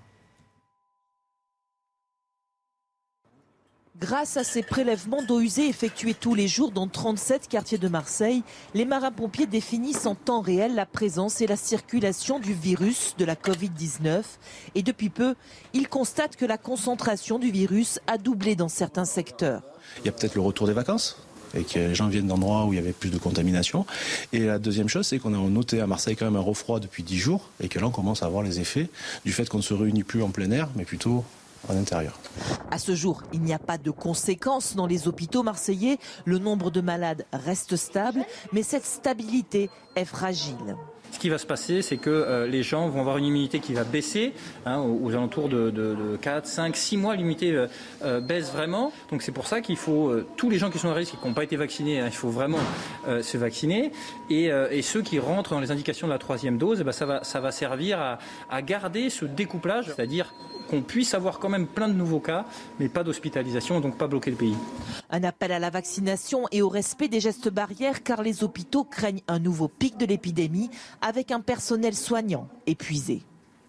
L: Grâce à ces prélèvements d'eau usée effectués tous les jours dans 37 quartiers de Marseille, les marins-pompiers définissent en temps réel la présence et la circulation du virus de la Covid-19. Et depuis peu, ils constatent que la concentration du virus a doublé dans certains secteurs.
M: Il y a peut-être le retour des vacances et que les gens viennent d'endroits où il y avait plus de contamination. Et la deuxième chose, c'est qu'on a noté à Marseille quand même un refroid depuis 10 jours et que là, on commence à avoir les effets du fait qu'on ne se réunit plus en plein air, mais plutôt en intérieur.
L: À ce jour, il n'y a pas de conséquences dans les hôpitaux marseillais. Le nombre de malades reste stable, mais cette stabilité est fragile.
N: Ce qui va se passer, c'est que les gens vont avoir une immunité qui va baisser, aux alentours de 4, 5, 6 mois, l'immunité baisse vraiment. Donc c'est pour ça qu'il faut, tous les gens qui sont à risque et qui n'ont pas été vaccinés, il faut vraiment se vacciner. Et ceux qui rentrent dans les indications de la 3e dose, ça va servir à garder ce découplage, c'est-à-dire qu'on puisse avoir quand même plein de nouveaux cas, mais pas d'hospitalisation, donc pas bloquer le pays.
L: Un appel à la vaccination et au respect des gestes barrières, car les hôpitaux craignent un nouveau pic de l'épidémie avec un personnel soignant épuisé.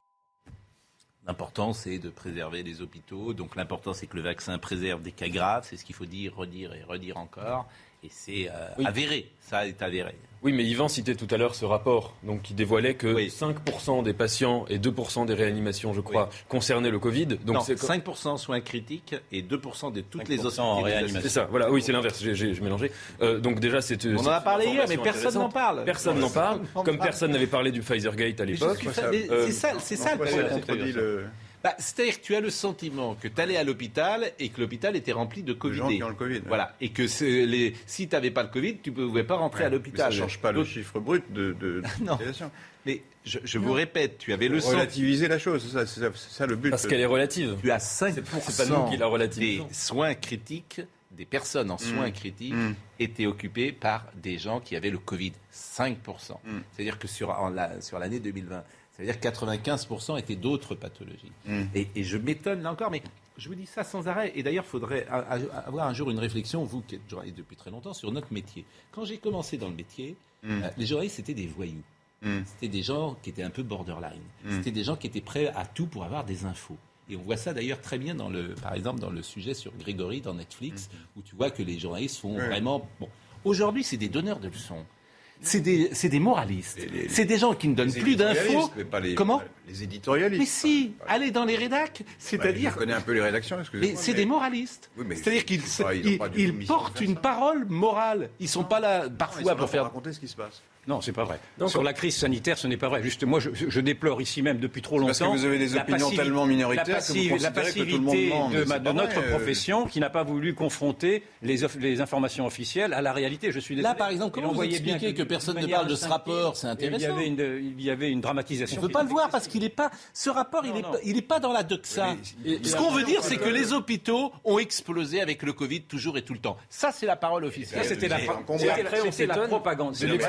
B: L'important, c'est de préserver les hôpitaux. Donc l'important, c'est que le vaccin préserve des cas graves. C'est ce qu'il faut dire, redire et redire encore. Et c'est avéré. Ça est avéré.
J: Oui, mais Yvan citait tout à l'heure ce rapport qui dévoilait que 5% des patients et 2% des réanimations, je crois, concernaient le Covid. Donc
B: non, 5% soins critiques et 2% de toutes les hospitalisations.
J: C'est ça, voilà, oui, c'est l'inverse, j'ai mélangé. Donc déjà,
B: on en a parlé hier, mais personne n'en parle.
J: Personne n'en parle, comme personne n'avait parlé du Pfizer-Gate à l'époque.
B: C'est ça le problème. C'est-à-dire que tu as le sentiment que tu allais à l'hôpital et que l'hôpital était rempli de Covid.
C: Gens qui ont le Covid.
B: Voilà. Et que si tu n'avais pas le Covid, tu ne pouvais pas rentrer à l'hôpital.
C: Mais ça ne change pas le chiffre brut de
B: non. Mais je vous répète, tu avais le sentiment.
C: Relativiser la chose, c'est ça le but.
J: Parce qu'elle est relative.
B: Tu as 5%
J: c'est pas nous qui la relativisons.
B: des soins critiques, des personnes en soins critiques étaient occupées par des gens qui avaient le Covid. 5%. C'est-à-dire que sur l'année 2020, ça veut dire que 95% étaient d'autres pathologies. Et je m'étonne là encore, mais je vous dis ça sans arrêt. Et d'ailleurs, il faudrait avoir un jour une réflexion, vous qui êtes journaliste depuis très longtemps, sur notre métier. Quand j'ai commencé dans le métier, les journalistes, c'était des voyous. C'était des gens qui étaient un peu borderline. C'était des gens qui étaient prêts à tout pour avoir des infos. Et on voit ça d'ailleurs très bien, par exemple, dans le sujet sur Grégory, dans Netflix, où tu vois que les journalistes font vraiment... Bon. Aujourd'hui, c'est des donneurs de leçons. C'est des moralistes. C'est des gens qui ne donnent plus d'infos. Comment ?
C: Les éditorialistes.
B: Mais si, allez dans les rédacs. C'est-à-dire.
C: Je connais un peu les rédactions.
B: Mais c'est des moralistes. Oui, c'est-à-dire qu'ils portent une parole morale. Ils ne sont pas là parfois pour faire
C: raconter ce qui se passe.
D: Non, c'est pas vrai. Sur la crise sanitaire, ce n'est pas vrai. Juste, moi, je déplore ici même depuis trop longtemps.
C: Parce que vous avez des opinions tellement minoritaires que vous considérez que tout le monde ment.
D: de notre profession qui n'a pas voulu confronter les informations officielles à la réalité. Je suis désolé.
B: Là, par exemple, comment vous expliquez que personne ne parle de ce rapport ? C'est intéressant.
D: Il y avait une dramatisation.
B: On ne peut pas le voir parce qu'il n'est pas. Ce rapport, il n'est pas dans la doxa. Ce qu'on veut dire, c'est que les hôpitaux ont explosé avec le Covid toujours et tout le temps. Ça, c'est la parole officielle.
D: C'était la propagande.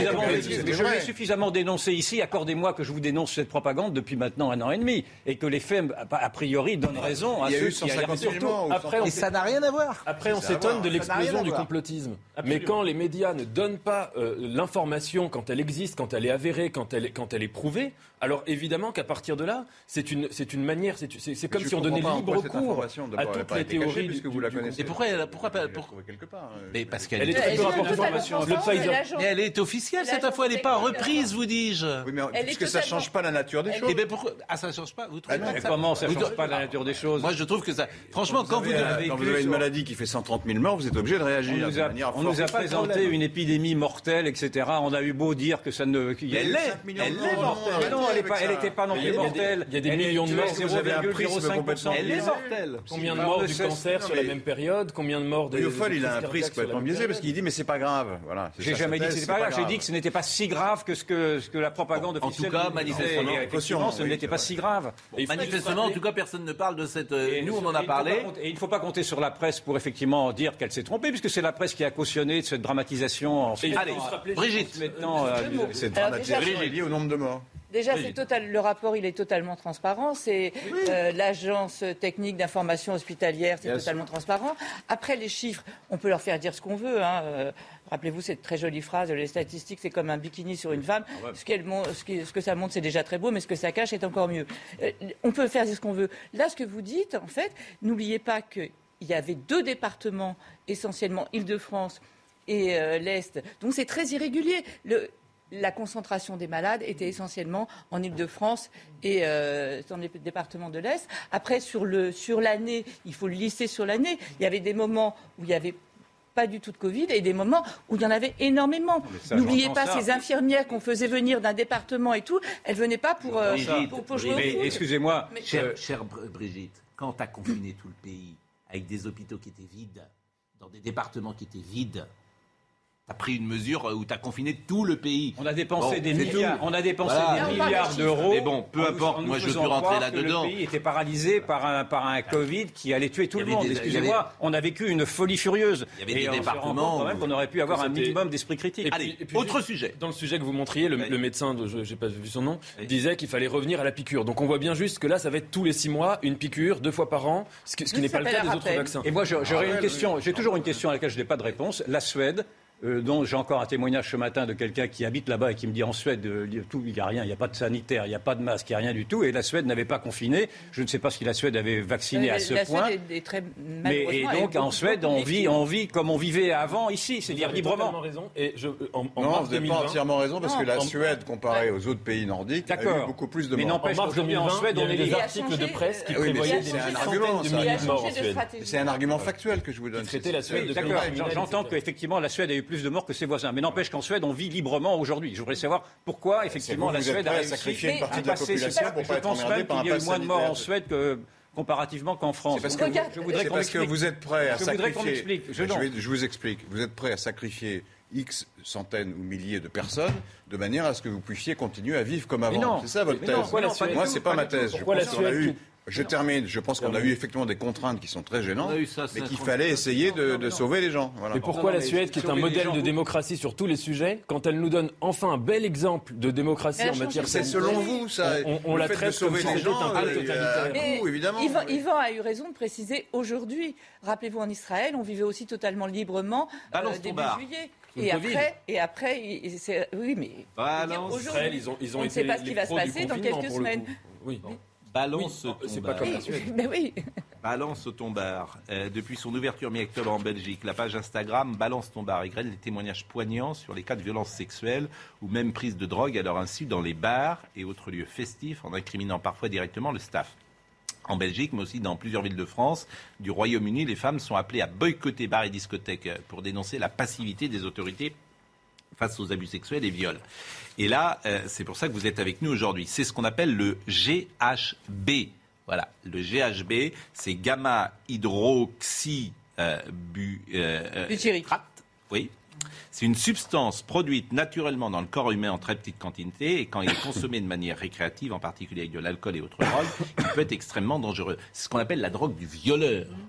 D: suffisamment dénoncé ici. Accordez-moi que je vous dénonce cette propagande depuis maintenant 1 an et demi. Et que les faits, a priori, donnent raison à ceux qui aillent surtout.
B: Et ça n'a rien à voir.
J: Après, on s'étonne de l'explosion du complotisme. Mais quand les médias ne donnent pas l'information, quand elle existe, quand elle est avérée, quand elle est prouvée, alors évidemment qu'à partir de là, c'est une manière, c'est comme si on donnait libre cours à toutes les théories
C: puisque vous la connaissez.
B: Et pourquoi
C: quelque part.
B: Mais parce qu'elle
J: est très peu rapportée d'information.
B: Mais elle est officielle cette fois, elle n'est pas reprise, vous dis-je.
C: Oui, mais puisque ça ne change pas la nature des choses.
B: Et bien pourquoi ça ne change pas? Vous trouvez
D: comment ça ne change pas la nature des choses?
B: Moi, je trouve que ça. Franchement, quand vous
C: avez une maladie qui fait 130 000 morts, vous êtes obligé de réagir.
D: On nous a présenté une épidémie mortelle, etc. On a eu beau dire que ça ne.
B: Elle est mortelle.
D: Non, elle n'était pas non plus mortelle.
J: Il y a des millions de morts.
C: Vous avez un prisme complètement.
B: Elle est mortelle.
J: Combien de morts du cancer sur la même période? Combien de morts de.
C: Léopold, il a un prisme complètement biaisé parce qu'il dit mais c'est pas grave. Voilà.
D: J'ai jamais dit que c'était pas grave. J'ai dit que ce n'était pas si grave que ce que la propagande officielle.
B: En tout cas, manifestement,
D: ce n'était pas si grave.
B: Manifestement, en tout cas, personne ne parle de cette. Nous, on en a parlé.
D: Et il ne faut pas compter sur la presse pour effectivement dire qu'elle s'est trompée, puisque c'est la presse qui a cautionné cette dramatisation.
B: Allez, Brigitte.
D: Maintenant,
C: cette dramatisation est liée au nombre de morts.
I: Déjà, le rapport, il est totalement transparent. C'est l'agence technique d'information hospitalière, c'est totalement transparent. Après, les chiffres, on peut leur faire dire ce qu'on veut. Rappelez-vous cette très jolie phrase, les statistiques, c'est comme un bikini sur une femme. Ce que ça montre, c'est déjà très beau, mais ce que ça cache est encore mieux. On peut faire dire ce qu'on veut. Là, ce que vous dites, en fait, n'oubliez pas qu'il y avait 2 départements, essentiellement Île-de-France et l'Est. Donc, c'est très irrégulier. La concentration des malades était essentiellement en Île-de-France et dans les départements de l'Est. Après, sur l'année, il faut le lister sur l'année. Il y avait des moments où il n'y avait pas du tout de Covid et des moments où il y en avait énormément. N'oubliez pas ces infirmières qu'on faisait venir d'un département et tout, elles ne venaient pas pour jouer au foot.
D: Excusez-moi,
B: chère Brigitte, quand tu as confiné tout le pays avec des hôpitaux qui étaient vides, dans des départements qui étaient vides, tu as pris une mesure où tu as confiné tout le pays.
D: On a dépensé des milliards, d'euros.
B: Mais bon, peu importe, moi je veux plus rentrer là-dedans.
D: Le pays était paralysé par un Covid qui allait tuer tout le monde. Excusez-moi, on a vécu une folie furieuse.
B: Il y avait des départements
D: quand même qu'on aurait pu avoir un minimum d'esprit critique.
B: Allez, autre sujet.
J: Dans le sujet que vous montriez, le médecin, je n'ai pas vu son nom, disait qu'il fallait revenir à la piqûre. Donc on voit bien juste que là, ça va être tous les 6 mois, une piqûre, 2 fois par an, ce qui n'est pas le cas des autres vaccins.
D: Et moi, j'aurais une question. J'ai toujours une question à laquelle je n'ai pas de réponse. La Suède. Dont j'ai encore un témoignage ce matin de quelqu'un qui habite là-bas et qui me dit en Suède, il n'y a rien, il n'y a pas de sanitaire, il n'y a pas de masque, il n'y a rien du tout. Et la Suède n'avait pas confiné. Je ne sais pas si la Suède avait vacciné à ce point. Et donc en Suède, on vit comme on vivait avant ici, c'est-à-dire librement.
C: Vous n'avez pas entièrement raison parce que la Suède, comparée aux autres pays nordiques, a eu beaucoup plus de morts.
D: Mais n'empêche qu'aujourd'hui en Suède, on est
J: des articles de presse qui prévoyaient des centaines de milliers de morts en Suède.
C: C'est un argument factuel que je vous donne.
J: C'était la Suède.
D: D'accord, j'entends qu'effectivement la Suède a eu plus de morts que ses voisins. Mais n'empêche qu'en Suède, on vit librement aujourd'hui. Je voudrais savoir pourquoi, effectivement, la Suède a réussi à
C: sacrifier une partie de la population pour pas être emmerdée par un pass sanitaire.
D: Je pense même qu'il y a eu moins de morts en Suède que comparativement qu'en France.
C: C'est parce que vous êtes prêt à sacrifier. Je vous explique. Vous êtes prêt à sacrifier X centaines ou milliers de personnes de manière à ce que vous puissiez continuer à vivre comme avant. C'est ça votre thèse. Moi, c'est pas ma thèse. Je pense qu'on a eu. Je termine. Je pense qu'on a eu effectivement des contraintes qui sont très gênantes, mais qu'il fallait essayer de sauver les gens. Voilà.
J: Et pourquoi la Suède, qui est un modèle de démocratie sur tous les sujets, quand elle nous donne enfin un bel exemple de démocratie en matière
C: sanitaire, c'est selon vous ça.
J: On la traite comme si c'était un peu totalitaire.
C: Évidemment.
I: Yvan a eu raison de préciser aujourd'hui. Rappelez-vous, en Israël, on vivait aussi totalement librement début juillet. Et après, oui, mais
J: Israël, ils ont
I: on ne sait pas ce qui va se passer dans quelques semaines.
J: Oui.
B: Balance ton
J: c'est pas comme la Suède.
I: Mais oui.
B: Balance ton bar. Depuis son ouverture mi-octobre en Belgique, la page Instagram Balance ton bar égrène les témoignages poignants sur les cas de violences sexuelles ou même prise de drogue à leur insu dans les bars et autres lieux festifs en incriminant parfois directement le staff. En Belgique, mais aussi dans plusieurs villes de France, du Royaume-Uni, les femmes sont appelées à boycotter bars et discothèques pour dénoncer la passivité des autorités face aux abus sexuels et viols. Et là, c'est pour ça que vous êtes avec nous aujourd'hui. C'est ce qu'on appelle le GHB. Voilà, le GHB, c'est gamma-hydroxybutyrate. Oui. C'est une substance produite naturellement dans le corps humain en très petite quantité et quand il est consommé de manière récréative, en particulier avec de l'alcool et autres drogues, il peut être extrêmement dangereux. C'est ce qu'on appelle la drogue du violeur.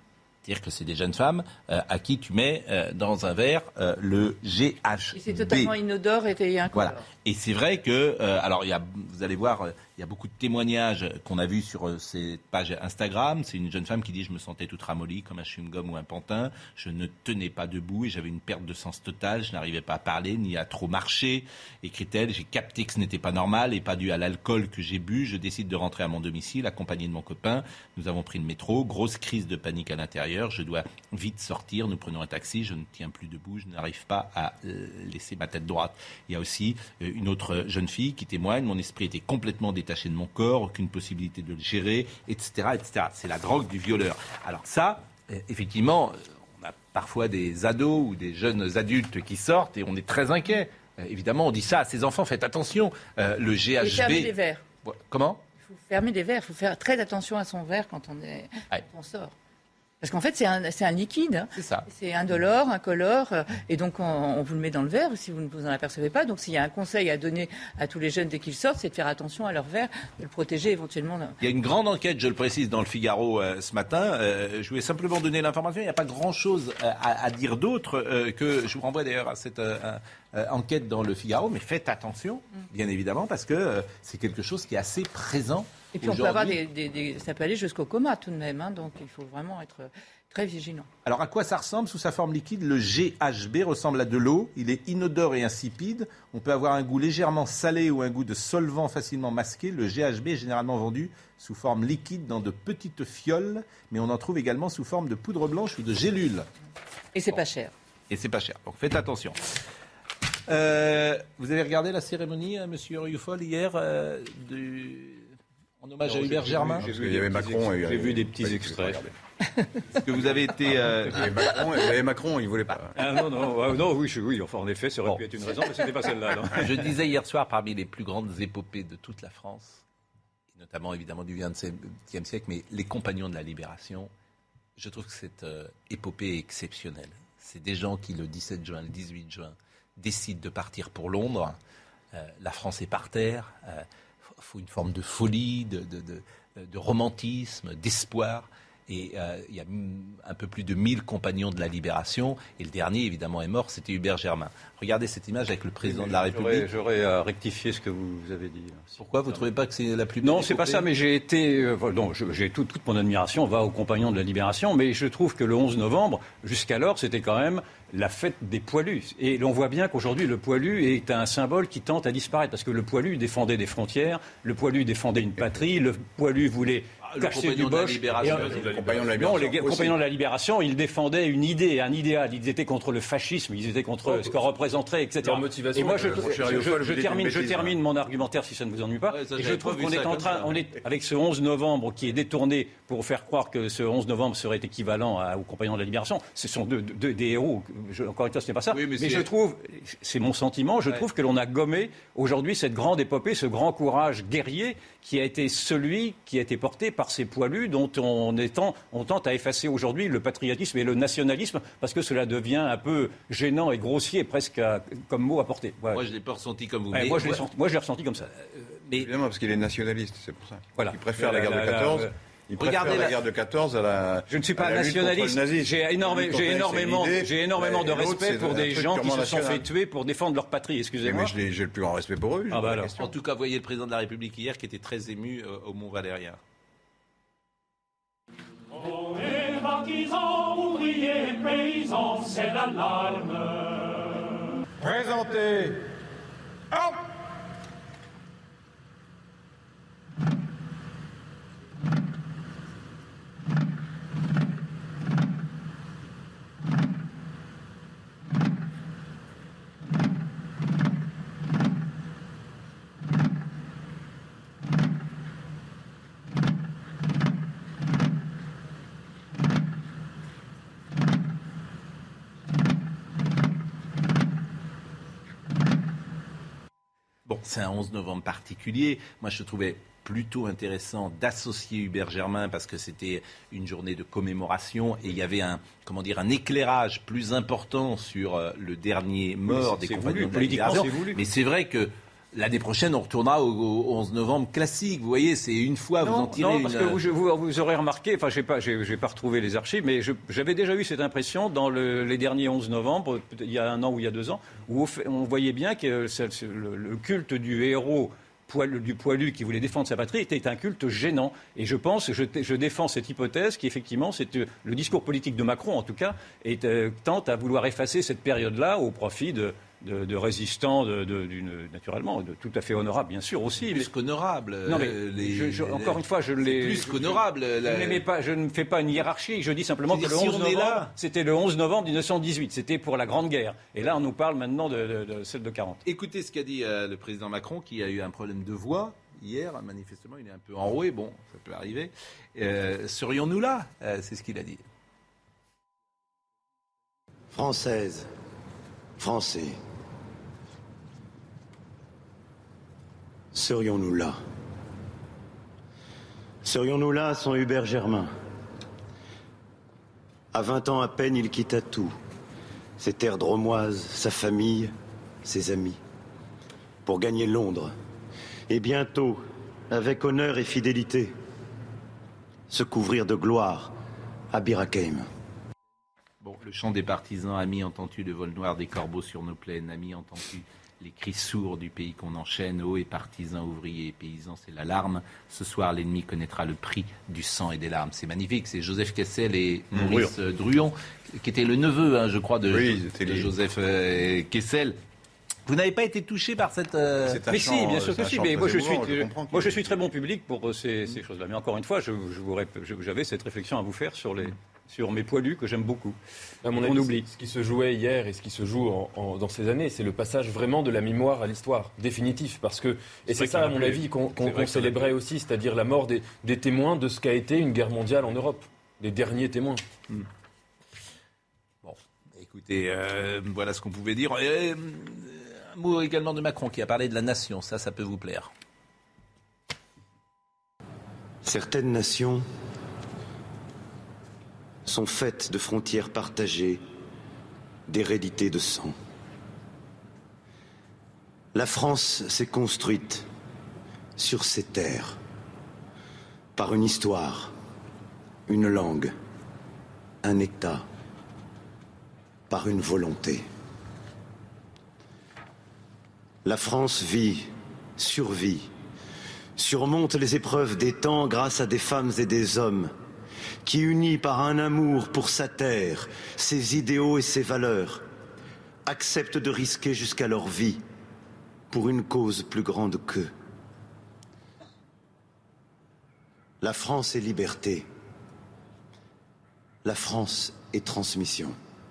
B: C'est-à-dire que c'est des jeunes femmes à qui tu mets dans un verre le GHB.
I: Et c'est totalement inodore et incolore.
B: Voilà. Et c'est vrai que, alors vous allez voir, il y a beaucoup de témoignages qu'on a vus sur ces pages Instagram. C'est une jeune femme qui dit « Je me sentais toute ramollie comme un chewing-gum ou un pantin. Je ne tenais pas debout et j'avais une perte de sens totale. Je n'arrivais pas à parler ni à trop marcher. » Écrit-elle, « J'ai capté que ce n'était pas normal et pas dû à l'alcool que j'ai bu. Je décide de rentrer à mon domicile accompagné de mon copain. Nous avons pris le métro. Grosse crise de panique à l'intérieur. Je dois vite sortir. Nous prenons un taxi. Je ne tiens plus debout. Je n'arrive pas à laisser ma tête droite. » Il y a aussi une autre jeune fille qui témoigne. Mon esprit était complètement détaché de mon corps, aucune possibilité de le gérer, etc., etc. C'est la drogue du violeur. Alors ça, effectivement, on a parfois des ados ou des jeunes adultes qui sortent et on est très inquiet. Évidemment, on dit ça à ses enfants, faites attention. Le GHB...
I: Et fermer les verres.
B: Comment ?
I: Il faut fermer les verres, il faut faire très attention à son verre quand on sort. Parce qu'en fait, c'est un liquide. Hein.
B: C'est ça.
I: C'est indolore, incolore. Et donc, on vous le met dans le verre si vous ne vous en apercevez pas. Donc, s'il y a un conseil à donner à tous les jeunes dès qu'ils sortent, c'est de faire attention à leur verre, de le protéger éventuellement.
B: Il y a une grande enquête, je le précise, dans le Figaro ce matin. Je voulais simplement donner l'information. Il n'y a pas grand-chose à dire d'autre que je vous renvoie d'ailleurs à cette enquête dans le Figaro. Mais faites attention, bien évidemment, parce que c'est quelque chose qui est assez présent.
I: Et puis on peut avoir ça peut aller jusqu'au coma tout de même, hein, donc il faut vraiment être très vigilant.
B: Alors à quoi ça ressemble sous sa forme liquide ? Le GHB ressemble à de l'eau, il est inodore et insipide, on peut avoir un goût légèrement salé ou un goût de solvant facilement masqué. Le GHB est généralement vendu sous forme liquide dans de petites fioles, mais on en trouve également sous forme de poudre blanche ou de gélules.
I: Et c'est pas cher.
B: Et c'est pas cher, donc faites attention. Vous avez regardé la cérémonie, monsieur Rioufol, hier en hommage à Hubert Germain.
C: Il y avait Macron.
D: J'ai vu des petits extraits.
B: Est-ce que vous avez été...
C: Il y avait Macron, il ne voulait pas.
D: Ah, non, oui, enfin, en effet, ça aurait pu être une raison, mais ce n'était pas celle-là. Non.
B: Je disais hier soir, parmi les plus grandes épopées de toute la France, notamment évidemment du XXe siècle, mais les Compagnons de la Libération, je trouve que cette épopée est exceptionnelle. C'est des gens qui, le 17 juin, le 18 juin, décident de partir pour Londres. La France est par terre. Il faut une forme de folie, de romantisme, d'espoir. Et il y a un peu plus de 1000 compagnons de la Libération. Et le dernier, évidemment, est mort, c'était Hubert Germain. Regardez cette image avec le président de la République.
D: J'aurais rectifié ce que vous avez dit.
B: Pourquoi ? Vous ne trouvez pas que c'est la plus...
D: Non, c'est pas ça, mais j'ai été... j'ai toute mon admiration va aux compagnons de la Libération, mais je trouve que le 11 novembre, jusqu'alors, c'était quand même la fête des poilus. Et l'on voit bien qu'aujourd'hui, le poilu est un symbole qui tente à disparaître, parce que le poilu défendait des frontières, le poilu défendait une patrie, le poilu voulait... cacher du boche. Les compagnons de la Libération, ils défendaient une idée, un idéal. Ils étaient contre le fascisme, ils étaient contre ce qu'on représenterait, etc.
J: Et
D: moi, je termine mon argumentaire si ça ne vous ennuie pas. Et je trouve qu'on est avec ce 11 novembre qui est détourné pour faire croire que ce 11 novembre serait équivalent aux compagnons de la Libération. Ce sont des héros. Encore une fois, ce n'est pas ça. Oui, mais je trouve, c'est mon sentiment, je trouve que l'on a gommé aujourd'hui cette grande épopée, ce grand courage guerrier qui a été celui qui a été porté par ces poilus dont on tente à effacer aujourd'hui le patriotisme et le nationalisme parce que cela devient un peu gênant et grossier presque comme mot à porter.
B: Ouais. Moi, je ne l'ai pas ressenti comme vous.
D: Moi, je l'ai ressenti comme ça.
C: Évidemment, parce qu'il est nationaliste, c'est pour ça.
D: Voilà.
C: Il préfère la guerre de 14. Il préfère la guerre de 14 à la...
D: Je ne suis pas nationaliste. J'ai énormément de respect pour des gens qui se sont fait tuer pour défendre leur patrie. Excusez-moi.
C: Mais j'ai le plus grand respect pour eux.
B: En tout cas, vous voyez le président de la République hier qui était très ému au Mont-Valérien.
O: Les partisans, ouvriers, paysans, c'est l'alarme.
P: Présentez. Hop.
B: C'est un 11 novembre particulier. Moi, je trouvais plutôt intéressant d'associer Hubert Germain parce que c'était une journée de commémoration et il y avait un éclairage plus important sur le dernier mort des compagnons de la Libération. Mais c'est vrai que L'année prochaine, on retournera au 11 novembre classique. Vous voyez, c'est une fois, vous en tirez.
D: Non, parce que vous aurez remarqué, enfin, j'ai pas retrouvé les archives, mais j'avais déjà eu cette impression dans les derniers 11 novembre, il y a 1 an ou il y a 2 ans, où on voyait bien que le culte du héros du poilu qui voulait défendre sa patrie était un culte gênant. Et je défends cette hypothèse qui, effectivement, le discours politique de Macron, en tout cas, tente à vouloir effacer cette période-là au profit de résistants, naturellement, tout à fait honorables, bien sûr, aussi.
B: Plus qu'honorables.
D: Non, mais encore une fois, je l'ai...
B: Plus qu'honorables.
D: Je ne fais pas une hiérarchie, je dis simplement que le 11 novembre, c'était le 11 novembre 1918, c'était pour la Grande Guerre. Et là, on nous parle maintenant de celle de 40.
B: Écoutez ce qu'a dit le président Macron, qui a eu un problème de voix hier, manifestement, il est un peu enroué, bon, ça peut arriver. Serions-nous là ? C'est ce qu'il a dit.
Q: Française, Français, serions-nous là ? Serions-nous là sans Hubert Germain ? À 20 ans à peine, il quitta tout, ses terres drômoises, sa famille, ses amis, pour gagner Londres, et bientôt, avec honneur et fidélité, se couvrir de gloire à Bir Hakeim.
B: Bon, le chant des partisans, amis, entends-tu le vol noir des corbeaux sur nos plaines, amis, entends-tu les cris sourds du pays qu'on enchaîne, ô et partisans, ouvriers et paysans, c'est l'alarme. Ce soir, l'ennemi connaîtra le prix du sang et des larmes. C'est magnifique, c'est Joseph Kessel et Maurice Druon, qui était le neveu, je crois, de Joseph Kessel. Vous n'avez pas été touché par cette...
D: Mais si, bien sûr que si. Mais moi, je suis très bon public pour ces choses-là. Mais encore une fois, j'avais cette réflexion à vous faire sur mes poilus que j'aime beaucoup.
J: À mon avis, oublie. Ce qui se jouait hier et ce qui se joue dans ces années, c'est le passage vraiment de la mémoire à l'histoire, définitif. Et c'est ça, à mon avis, qu'on célébrait aussi, c'est-à-dire la mort des témoins de ce qu'a été une guerre mondiale en Europe. Les derniers témoins.
B: Bon, écoutez, voilà ce qu'on pouvait dire. Un mot également de Macron qui a parlé de la nation, ça peut vous plaire.
Q: Certaines nations sont faites de frontières partagées, d'hérédité de sang. La France s'est construite sur ces terres, par une histoire, une langue, un État, par une volonté. La France vit, survit, surmonte les épreuves des temps grâce à des femmes et des hommes qui, unis par un amour pour sa terre, ses idéaux et ses valeurs, acceptent de risquer jusqu'à leur vie pour une cause plus grande qu'eux. La France est liberté. La France est transmission.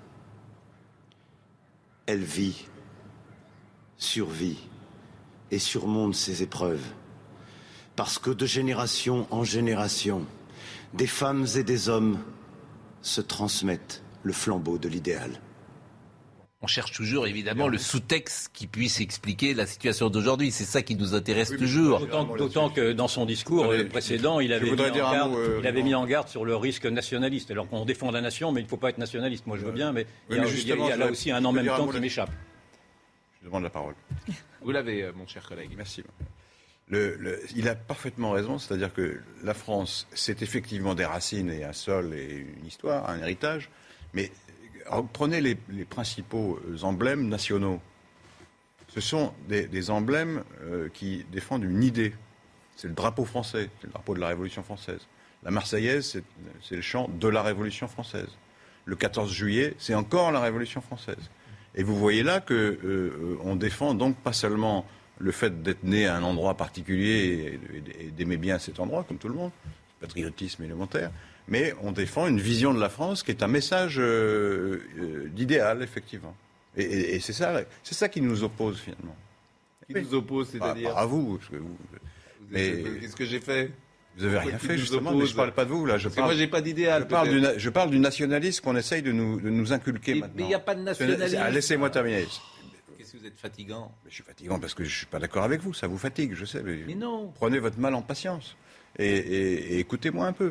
Q: Elle vit, survit et surmonte ses épreuves. Parce que de génération en génération, des femmes et des hommes se transmettent le flambeau de l'idéal.
B: On cherche toujours, évidemment, le sous-texte qui puisse expliquer la situation d'aujourd'hui. C'est ça qui nous intéresse toujours.
D: D'autant que dans son discours précédent, il avait mis en garde sur le risque nationaliste. Alors qu'on défend la nation, mais il ne faut pas être nationaliste. Moi, je veux bien, mais il y a là aussi un en même temps qui m'échappe.
C: Je demande la parole.
B: Vous l'avez, mon cher collègue.
C: Merci. Il a parfaitement raison, c'est-à-dire que la France, c'est effectivement des racines et un sol et une histoire, un héritage, mais prenez les principaux emblèmes nationaux. Ce sont des emblèmes qui défendent une idée. C'est le drapeau français, c'est le drapeau de la Révolution française. La Marseillaise, c'est le chant de la Révolution française. Le 14 juillet, c'est encore la Révolution française. Et vous voyez là qu'on défend donc pas seulement le fait d'être né à un endroit particulier et d'aimer bien cet endroit, comme tout le monde, patriotisme élémentaire, mais on défend une vision de la France qui est un message d'idéal, effectivement. Et c'est ça qui nous oppose, finalement.
B: Qui nous oppose, c'est-à-dire
C: pas à vous, parce que
B: qu'est-ce que j'ai fait?
C: Vous n'avez rien fait, justement, mais je ne parle pas de vous, là.
B: Moi, j'ai pas d'idéal.
C: Je parle du nationalisme qu'on essaye de nous inculquer maintenant.
B: Mais il n'y a pas de nationalisme.
C: Laissez-moi terminer.
B: Qu'est-ce que vous êtes fatigant?
C: Je suis fatigant parce que je ne suis pas d'accord avec vous, ça vous fatigue, je sais.
B: Mais non.
C: Prenez votre mal en patience et écoutez-moi un peu.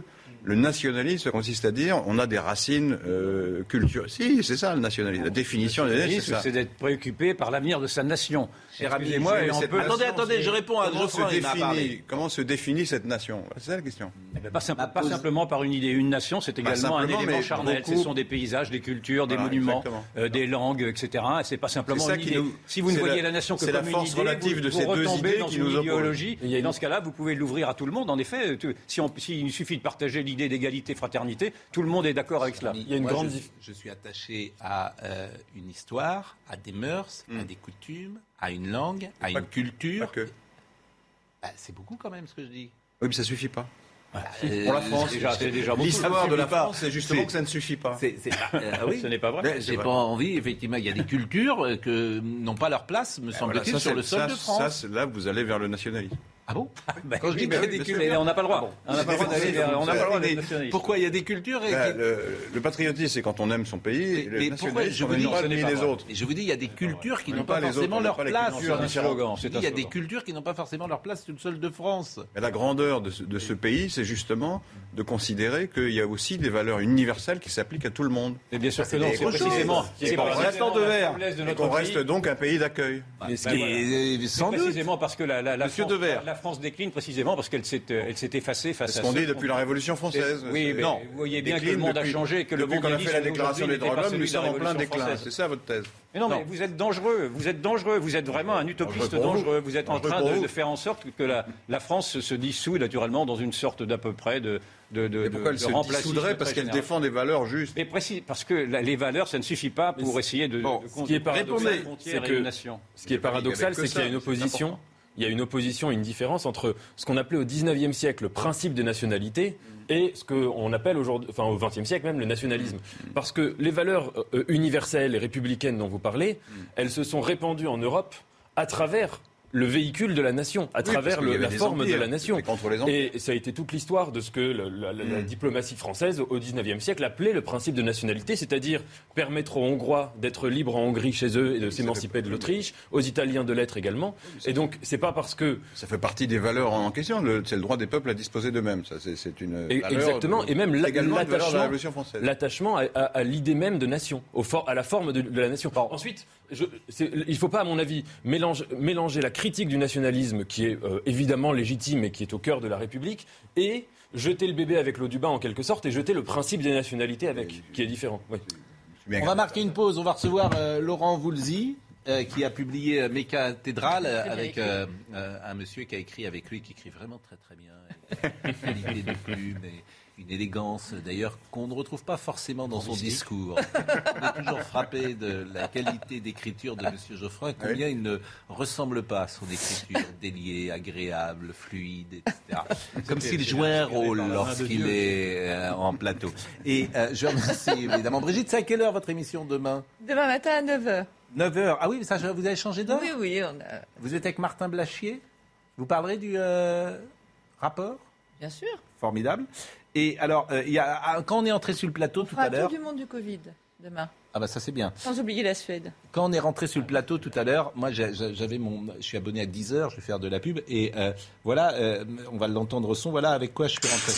C: Le nationalisme, ça consiste à dire on a des racines culturelles. Si, c'est ça le nationalisme. La définition
D: du nationalisme, c'est d'être préoccupé par l'avenir de sa nation.
B: Excusez-moi, attendez, je réponds à Geoffroy.
C: Comment se définit cette nation? C'est ça la question.
D: Pas simplement par une idée. Une nation, c'est également un élément charnel. Ce sont des paysages, des cultures, des monuments, des langues, etc. C'est pas simplement une idée. Si vous ne voyez la nation que comme une idée, vous retombez dans une idéologie. Et dans ce cas-là, vous pouvez l'ouvrir à tout le monde. En effet, s'il suffit de partager l'idée d'égalité, fraternité, tout le monde est d'accord avec cela.
B: Il y a une grande. Je suis attaché à une histoire, à des mœurs, à des coutumes, à une langue, à une culture.
C: Pas que.
B: C'est beaucoup quand même ce que je dis.
C: Oui, mais ça suffit pas.
B: Pour la France,
C: c'est déjà l'histoire de la France, c'est justement que ça ne suffit pas.
D: Oui, ce n'est pas vrai.
B: J'ai pas envie, effectivement, il y a des cultures qui n'ont pas leur place, me semble-t-il, sur le sol de France.
C: Là, vous allez vers le nationalisme.
B: Ah bon? Quand je dis qu'il y a des cultures,
D: on n'a pas le droit. On n'a pas le droit d'aller vers. On n'a pas le droit d'être nationaliste.
B: Pourquoi il y a des cultures?
C: Le patriotisme, c'est quand on aime son pays. Le nationalisme, on n'aime pas les autres.
B: Et je vous dis, il y a des cultures qui n'ont pas forcément leur place. Il y a des cultures qui n'ont pas forcément leur place sur le sol de France.
C: Mais la grandeur de ce pays, c'est justement de considérer qu'il y a aussi des valeurs universielles qui s'appliquent à tout le monde.
D: Et bien sûr que non, c'est précisément.
C: On reste donc un pays d'accueil.
D: Précisément parce que la France décline précisément parce qu'elle s'est effacée face à
C: ce qu'on dit depuis la Révolution française.
D: Oui, mais vous voyez bien que le monde a changé, que le monde
C: qu'on a fait la Déclaration des droits de l'homme, nous sommes en plein déclin. C'est ça votre thèse.
D: Mais non, mais vous êtes dangereux. Vous êtes vraiment un utopiste dangereux. Vous êtes en train de faire en sorte que la France se dissout naturellement dans une sorte d'à peu près de
C: pourquoi elle se dissoudrait? Parce qu'elle défend des valeurs justes.
D: Mais parce que les valeurs, ça ne suffit pas pour essayer de
J: ce qui est paradoxal, c'est que ce qui est paradoxal, c'est qu'il y a une opposition. Il y a une opposition, une différence entre ce qu'on appelait au XIXe siècle le principe de nationalité et ce qu'on appelle aujourd'hui, enfin au XXe siècle même, le nationalisme. Parce que les valeurs universelles et républicaines dont vous parlez, elles se sont répandues en Europe à travers le véhicule de la nation, à travers la forme de la nation. Et ça a été toute l'histoire de ce que la diplomatie française au XIXe siècle appelait le principe de nationalité, c'est-à-dire permettre aux Hongrois d'être libres en Hongrie chez eux et de s'émanciper de l'Autriche, aux Italiens de l'être également. Et donc c'est pas parce que
C: ça fait partie des valeurs en question. C'est le droit des peuples à disposer d'eux-mêmes. Ça, c'est une valeur
J: exactement. Et même l'attachement à l'idée même de nation, à la forme de la nation. Ensuite, il ne faut pas, à mon avis, mélanger la critique du nationalisme, qui est évidemment légitime et qui est au cœur de la République, et jeter le bébé avec l'eau du bain en quelque sorte, et jeter le principe des nationalités avec, qui est différent. Oui.
B: On va marquer une pause, on va recevoir Laurent Voulzy, qui a publié Mes cathédrales avec un monsieur qui a écrit avec lui, qui écrit vraiment très très bien, une qualité de plume et une élégance d'ailleurs qu'on ne retrouve pas forcément dans son discours. On est toujours frappé de la qualité d'écriture de M. Geoffroy, combien il ne ressemble pas à son écriture déliée, agréable, fluide, etc. Comme s'il jouait un rôle lorsqu'il est en plateau. Et je remercie évidemment Brigitte. C'est à quelle heure votre émission demain?
I: Demain matin à 9h.
B: 9h. Ah oui, mais ça, vous avez changé d'heure?
I: Oui.
B: Vous êtes avec Martin Blachier? Vous parlerez du rapport?
I: Bien sûr.
B: Formidable. Et alors, quand on est entré sur le plateau tout à l'heure...
I: Tout du monde du Covid, demain.
B: Ah bah ça c'est bien.
I: Sans oublier la Suède.
B: Quand on est rentré sur le plateau tout à l'heure, moi je suis abonné à 10h, je vais faire de la pub, et voilà, on va l'entendre au son, voilà avec quoi je suis rentré.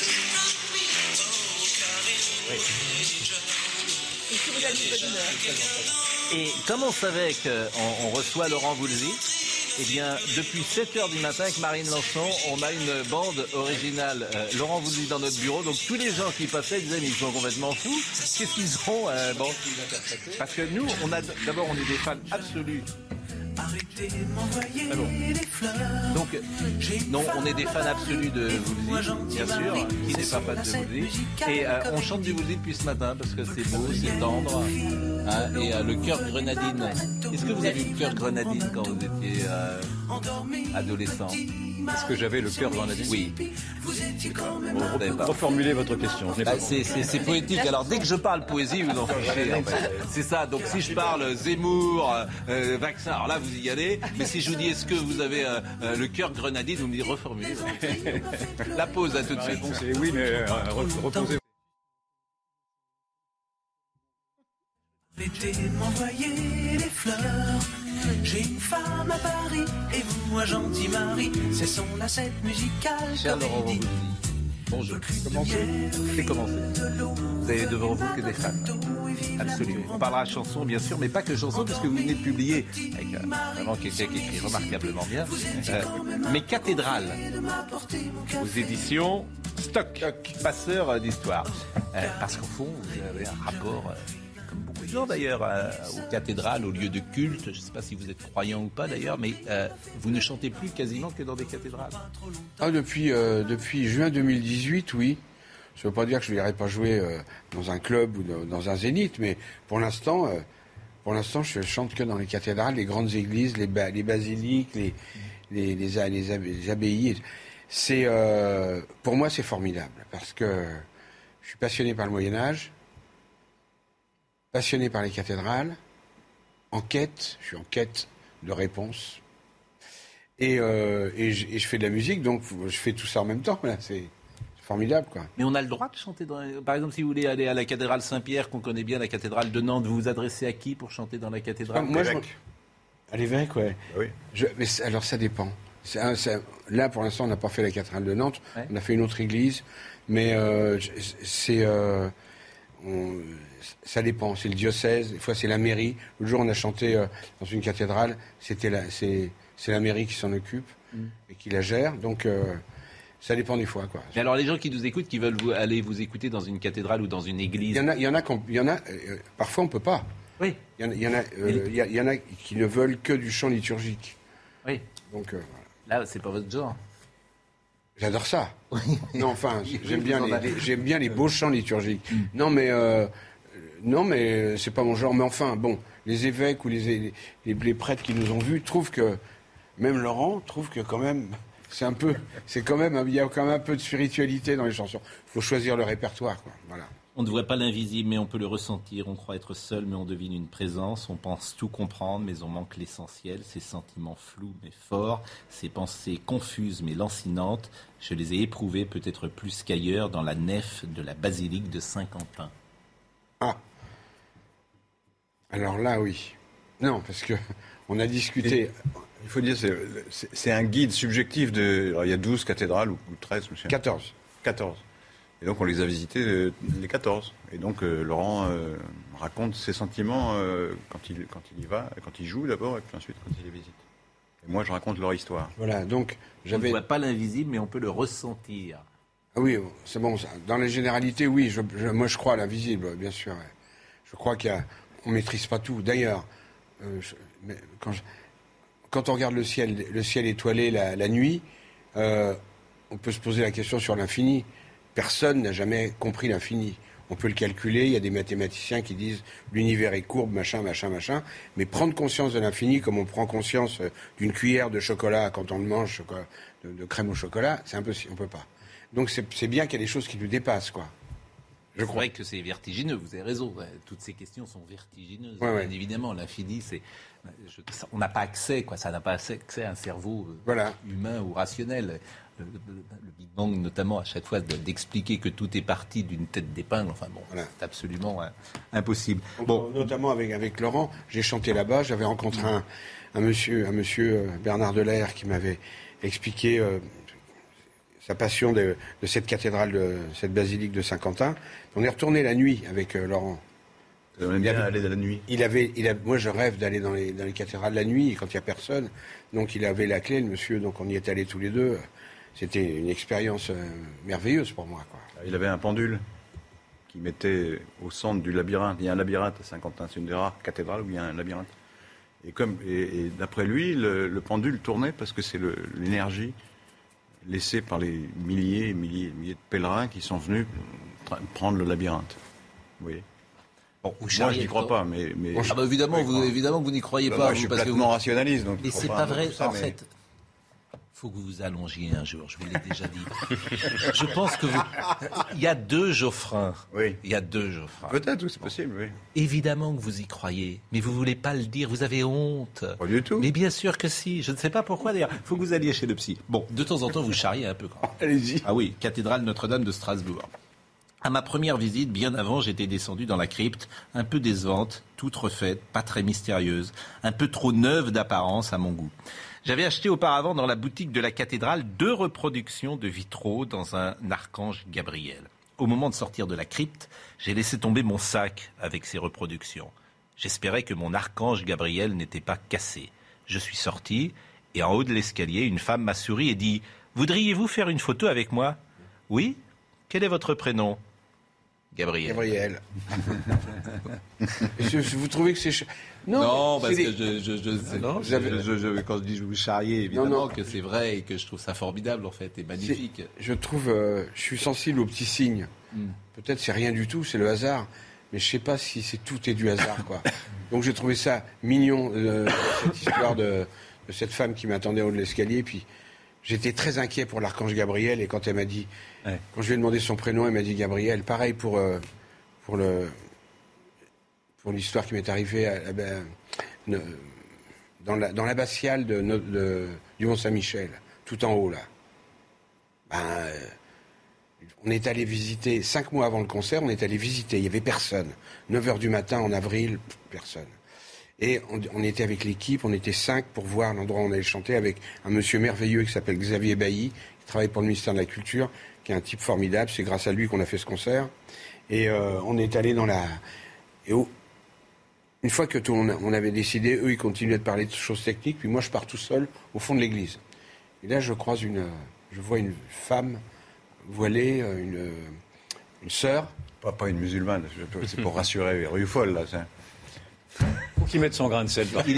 B: Oui. Et comme on savait qu'on reçoit Laurent Voulzy, eh bien, depuis 7h du matin avec Marine Lançon, on a une bande originale Laurent Voulzy dans notre bureau. Donc tous les gens qui passaient disaient mais ils sont complètement fous. Qu'est-ce qu'ils ont parce que nous, on est des fans absolus. Arrêtez de m'envoyer des fleurs. Donc, non, on est des fans absolus de Voulzy, bien sûr, qui n'est pas fan de Voulzy. Et on chante du Voulzy depuis ce matin parce que c'est beau, c'est tendre. Hein, et le cœur grenadine. Est-ce que vous avez eu le cœur grenadine quand vous étiez adolescent?
D: Est-ce que j'avais le cœur grenadine?
B: Oui.
D: Reformulez votre question.
B: C'est poétique. Alors dès que je parle poésie, vous en fichez. En fait. C'est ça. Donc si je parle Zemmour, vaccin, alors là vous y allez. Mais si je vous dis est-ce que vous avez le cœur grenadine, vous me dites reformulez. La pause à tout de suite.
D: La réponse est oui, mais reposez.
R: Arrêtez de m'envoyer des fleurs. J'ai une femme à Paris et vous, un gentil mari. C'est son assiette musicale.
B: Cher Laurent Voulzy, Bon, je vais commencer. Vous avez devant vous que des femmes. Absolument. On parlera chanson, bien sûr, mais pas que chanson, parce que vous venez de publier, avec vraiment quelqu'un qui écrit remarquablement bien, Mes cathédrales, aux éditions Stock, passeur d'histoire. Parce qu'au fond, vous avez un rapport, comme beaucoup de gens d'ailleurs, aux cathédrales, aux lieux de culte. Je ne sais pas si vous êtes croyant ou pas d'ailleurs, mais vous ne chantez plus quasiment que dans des cathédrales.
S: Depuis juin 2018, oui. Ça ne veut pas dire que je n'irai pas jouer dans un club ou dans un zénith, mais pour l'instant, je chante que dans les cathédrales, les grandes églises, les basiliques, les abbayes. Pour moi, c'est formidable, parce que je suis passionné par le Moyen-Âge, passionné par les cathédrales, je suis en quête de réponses, et je fais de la musique, donc je fais tout ça en même temps, là, c'est formidable, quoi.
B: Mais on a le droit de chanter par exemple, si vous voulez aller à la cathédrale Saint-Pierre, qu'on connaît bien, la cathédrale de Nantes, vous vous adressez à qui pour chanter dans la cathédrale?
S: À l'évêque, ouais.
C: Oui.
S: Alors ça dépend. Là, pour l'instant, on n'a pas fait la cathédrale de Nantes. Ouais. On a fait une autre église, mais ça dépend. C'est le diocèse, des fois c'est la mairie. L'autre jour, on a chanté dans une cathédrale. C'est la mairie qui s'en occupe et qui la gère. Donc ça dépend des fois, quoi.
B: Mais alors, les gens qui nous écoutent, qui veulent aller vous écouter dans une cathédrale ou dans une église,
S: il y en a. Parfois, on peut pas.
B: Oui.
S: Il y en a qui ne veulent que du chant liturgique.
B: Oui.
S: Donc voilà.
B: Là, c'est pas votre genre.
S: J'adore ça. Oui. Non, enfin, j'aime bien les beaux chants liturgiques. Non, mais c'est pas mon genre. Mais enfin, bon, les évêques ou les prêtres qui nous ont vus trouvent que, même Laurent trouve que quand même, il y a quand même un peu de spiritualité dans les chansons. Il faut choisir le répertoire, quoi. Voilà.
B: On ne voit pas l'invisible, mais on peut le ressentir. On croit être seul, mais on devine une présence. On pense tout comprendre, mais on manque l'essentiel. Ces sentiments flous, mais forts. Ces pensées confuses, mais lancinantes. Je les ai éprouvées peut-être plus qu'ailleurs dans la nef de la basilique de Saint-Quentin.
S: Ah. Alors là, oui. Non, parce que on a discuté.
C: Il faut dire, c'est un guide subjectif alors, il y a 12 cathédrales ou 13, monsieur.
S: 14.
C: Et donc on les a visitées les 14. Et donc Laurent raconte ses sentiments quand il y va, quand il joue d'abord, et puis ensuite quand il les visite. Et moi je raconte leur histoire.
S: Voilà, donc
B: on ne voit pas l'invisible, mais on peut le ressentir.
S: Ah oui, c'est bon. Dans les généralités, oui, moi je crois à l'invisible, bien sûr. Ouais. Je crois qu'on ne maîtrise pas tout. D'ailleurs, quand on regarde le ciel étoilé la nuit, on peut se poser la question sur l'infini. Personne n'a jamais compris l'infini. On peut le calculer, il y a des mathématiciens qui disent l'univers est courbe, machin. Mais prendre conscience de l'infini, comme on prend conscience d'une cuillère de chocolat quand on le mange, de crème au chocolat, c'est impossible, on ne peut pas. Donc c'est bien qu'il y a des choses qui nous dépassent, quoi.
B: C'est vrai que c'est vertigineux, vous avez raison. Toutes ces questions sont vertigineuses. Ouais, bien évidemment, l'infini, on n'a pas accès, quoi. Ça n'a pas accès à un cerveau humain ou rationnel. Le Big Bang, notamment, à chaque fois, d'expliquer que tout est parti d'une tête d'épingle. Enfin bon, c'est absolument impossible.
S: Bon. Notamment avec Laurent, j'ai chanté là-bas. J'avais rencontré un monsieur Bernard Delair qui m'avait expliqué sa passion de cette cathédrale, de cette basilique de Saint-Quentin. On est retourné la nuit avec Laurent.
C: Vous aimez bien aller la nuit?
S: Moi, je rêve d'aller dans les cathédrales la nuit quand il n'y a personne. Donc, il avait la clé, le monsieur. Donc, on y est allés tous les deux. C'était une expérience merveilleuse pour moi, quoi.
C: Il avait un pendule qui mettait au centre du labyrinthe. Il y a un labyrinthe à Saint-Quentin. C'est une des rares cathédrales où il y a un labyrinthe. Et d'après lui, le pendule tournait parce que c'est l'énergie laissée par les milliers et milliers de pèlerins qui sont venus prendre le labyrinthe. Vous voyez?
B: Bon,
C: moi, je n'y crois pas, mais...
B: Ah bah évidemment, vous n'y croyez pas.
C: Moi, je suis complètement rationaliste. Donc
B: et c'est pas vrai, en fait. Il faut que vous vous allongiez un jour, je vous l'ai déjà dit. Je pense que il y a deux Geoffrins.
C: Oui.
B: Il y a deux Geoffrins.
C: Peut-être, c'est possible, oui.
B: Évidemment que vous y croyez, mais vous ne voulez pas le dire, vous avez honte.
C: Pas du tout.
B: Mais bien sûr que si, je ne sais pas pourquoi d'ailleurs. Il faut que vous alliez chez le psy. Bon, de temps en temps, vous charriez un peu quand même.
S: Allez-y.
B: Ah oui, cathédrale Notre-Dame de Strasbourg. À ma première visite, bien avant, j'étais descendu dans la crypte, un peu décevante, toute refaite, pas très mystérieuse, un peu trop neuve d'apparence à mon goût. J'avais acheté auparavant dans la boutique de la cathédrale 2 reproductions de vitraux dans un archange Gabriel. Au moment de sortir de la crypte, j'ai laissé tomber mon sac avec ces reproductions. J'espérais que mon archange Gabriel n'était pas cassé. Je suis sorti et en haut de l'escalier, une femme m'a souri et dit « Voudriez-vous faire une photo avec moi ?»« Oui. Quel est votre prénom ?» Gabriel.
S: Vous trouvez que c'est...
B: Non, parce que quand je dis je vous charrier, évidemment que c'est vrai et que je trouve ça formidable en fait et magnifique.
S: Je trouve, je suis sensible aux petits signes. Peut-être c'est rien du tout, c'est le hasard, mais je sais pas si tout est du hasard, quoi. Donc j'ai trouvé ça mignon, cette histoire de cette femme qui m'attendait au haut de l'escalier, puis j'étais très inquiet pour l'archange Gabriel, et quand elle m'a dit, quand je lui ai demandé son prénom, elle m'a dit Gabriel. Pareil pour l'histoire qui m'est arrivée dans l'abbatiale du Mont-Saint-Michel, tout en haut là. On est allé visiter, 5 mois avant le concert, on est allé visiter, il n'y avait personne. 9h du matin en avril, personne. Et on était avec l'équipe, on était 5 pour voir l'endroit où on allait chanter avec un monsieur merveilleux qui s'appelle Xavier Bailly, qui travaille pour le ministère de la Culture, qui est un type formidable, c'est grâce à lui qu'on a fait ce concert. Et on est allé dans la... Une fois que on avait décidé, eux ils continuaient de parler de choses techniques, puis moi je pars tout seul au fond de l'église. Et là je vois une femme voilée, une sœur.
C: Pas une musulmane, c'est pour rassurer les rues folles là.
D: Faut qu'il mette son grain de sel. Il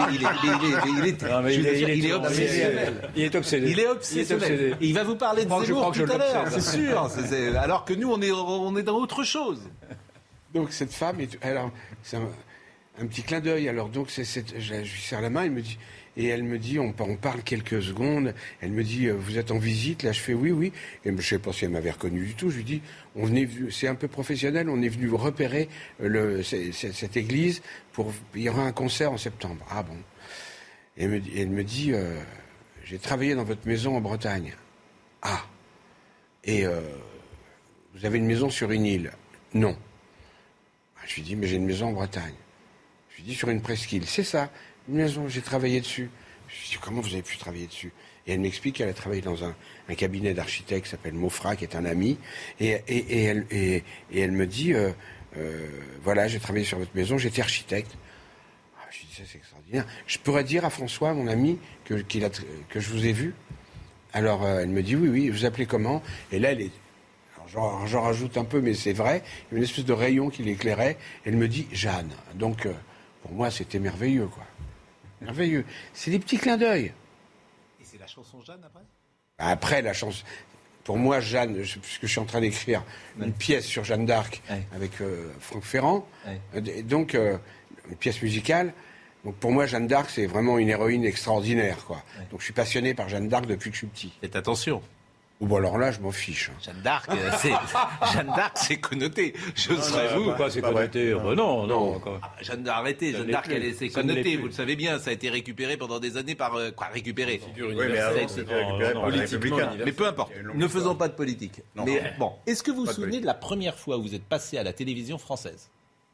D: est obsédé. Il est obsédé.
B: Il va vous parler de Zemmour tout à l'heure, c'est sûr. Alors que nous, on est dans autre chose.
S: Donc cette femme, c'est un petit clin d'œil. Alors donc, je lui serre la main, elle me dit, on parle quelques secondes. Elle me dit, vous êtes en visite? Là, je fais oui. Et je ne sais pas si elle m'avait reconnu du tout. Je lui dis, c'est un peu professionnel, on est venu repérer cette église il y aura un concert en septembre. Ah bon? Et elle me dit, j'ai travaillé dans votre maison en Bretagne. Ah. Et vous avez une maison sur une île? Non. Je lui dis, mais j'ai une maison en Bretagne. Je lui dis, sur une presqu'île. C'est ça. Une maison, j'ai travaillé dessus. Je lui dis, comment vous avez pu travailler dessus? Et elle m'explique qu'elle a travaillé dans un cabinet d'architecte qui s'appelle Mofra, qui est un ami. Et elle me dit, voilà, j'ai travaillé sur votre maison, j'étais architecte. Je lui dis, ça c'est extraordinaire. Je pourrais dire à François, mon ami, que je vous ai vu? Alors elle me dit, oui, vous appelez comment? Et là, j'en rajoute un peu, mais c'est vrai. Il y a une espèce de rayon qui l'éclairait. Elle me dit, Jeanne. Donc, pour moi, c'était merveilleux, quoi. Merveilleux. C'est des petits clins d'œil.
B: Et c'est la chanson Jeanne après?
S: Après, la chanson... Pour moi, Jeanne, puisque je suis en train d'écrire une pièce sur Jeanne d'Arc avec Franck Ferrand, donc une pièce musicale. Donc pour moi, Jeanne d'Arc, c'est vraiment une héroïne extraordinaire, quoi. Donc je suis passionné par Jeanne d'Arc depuis que je suis petit.
B: Faites attention.
S: Ou bon, alors là, je m'en fiche.
B: Jeanne d'Arc, c'est connoté. Je serais vous.
D: Quoi, c'est connoté? Non.
B: Jeanne d'Arc, arrêtez. Jeanne d'Arc, c'est connoté. Vous le savez bien. Ça a été récupéré pendant des années par récupéré.
C: Oui, mais avant, c'était récupéré par les Républicains.
B: Mais peu importe. Ne faisons pas de politique. Mais bon, est-ce que vous vous souvenez de la première fois où vous êtes passé à la télévision française?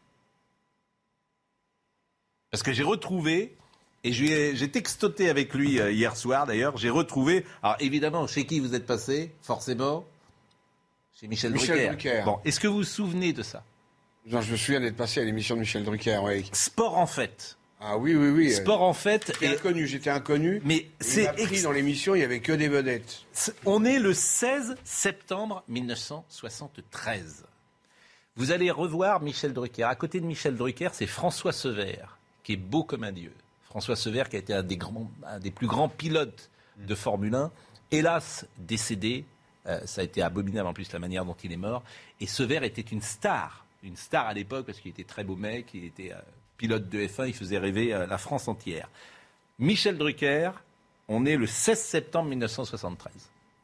B: Parce que j'ai retrouvé. Et j'ai textoté avec lui hier soir, d'ailleurs. J'ai retrouvé... Alors, évidemment, chez qui vous êtes passé? Forcément, chez Michel Drucker. Bon, est-ce que vous vous souvenez de ça?
S: Non, je me souviens d'être passé à l'émission de Michel Drucker. Ouais.
B: Sport en fête.
S: Ah oui.
B: Sport en fête.
S: J'étais inconnu.
B: Mais c'est
S: dans l'émission, il n'y avait que des vedettes.
B: On est le 16 septembre 1973. Vous allez revoir Michel Drucker. À côté de Michel Drucker, c'est François Sever, qui est beau comme un dieu. François Sever, qui a été un des plus grands pilotes de Formule 1, hélas décédé. Ça a été abominable en plus la manière dont il est mort. Et Sever était une star à l'époque parce qu'il était très beau mec, il était pilote de F1, il faisait rêver la France entière. Michel Drucker, on est le 16 septembre 1973.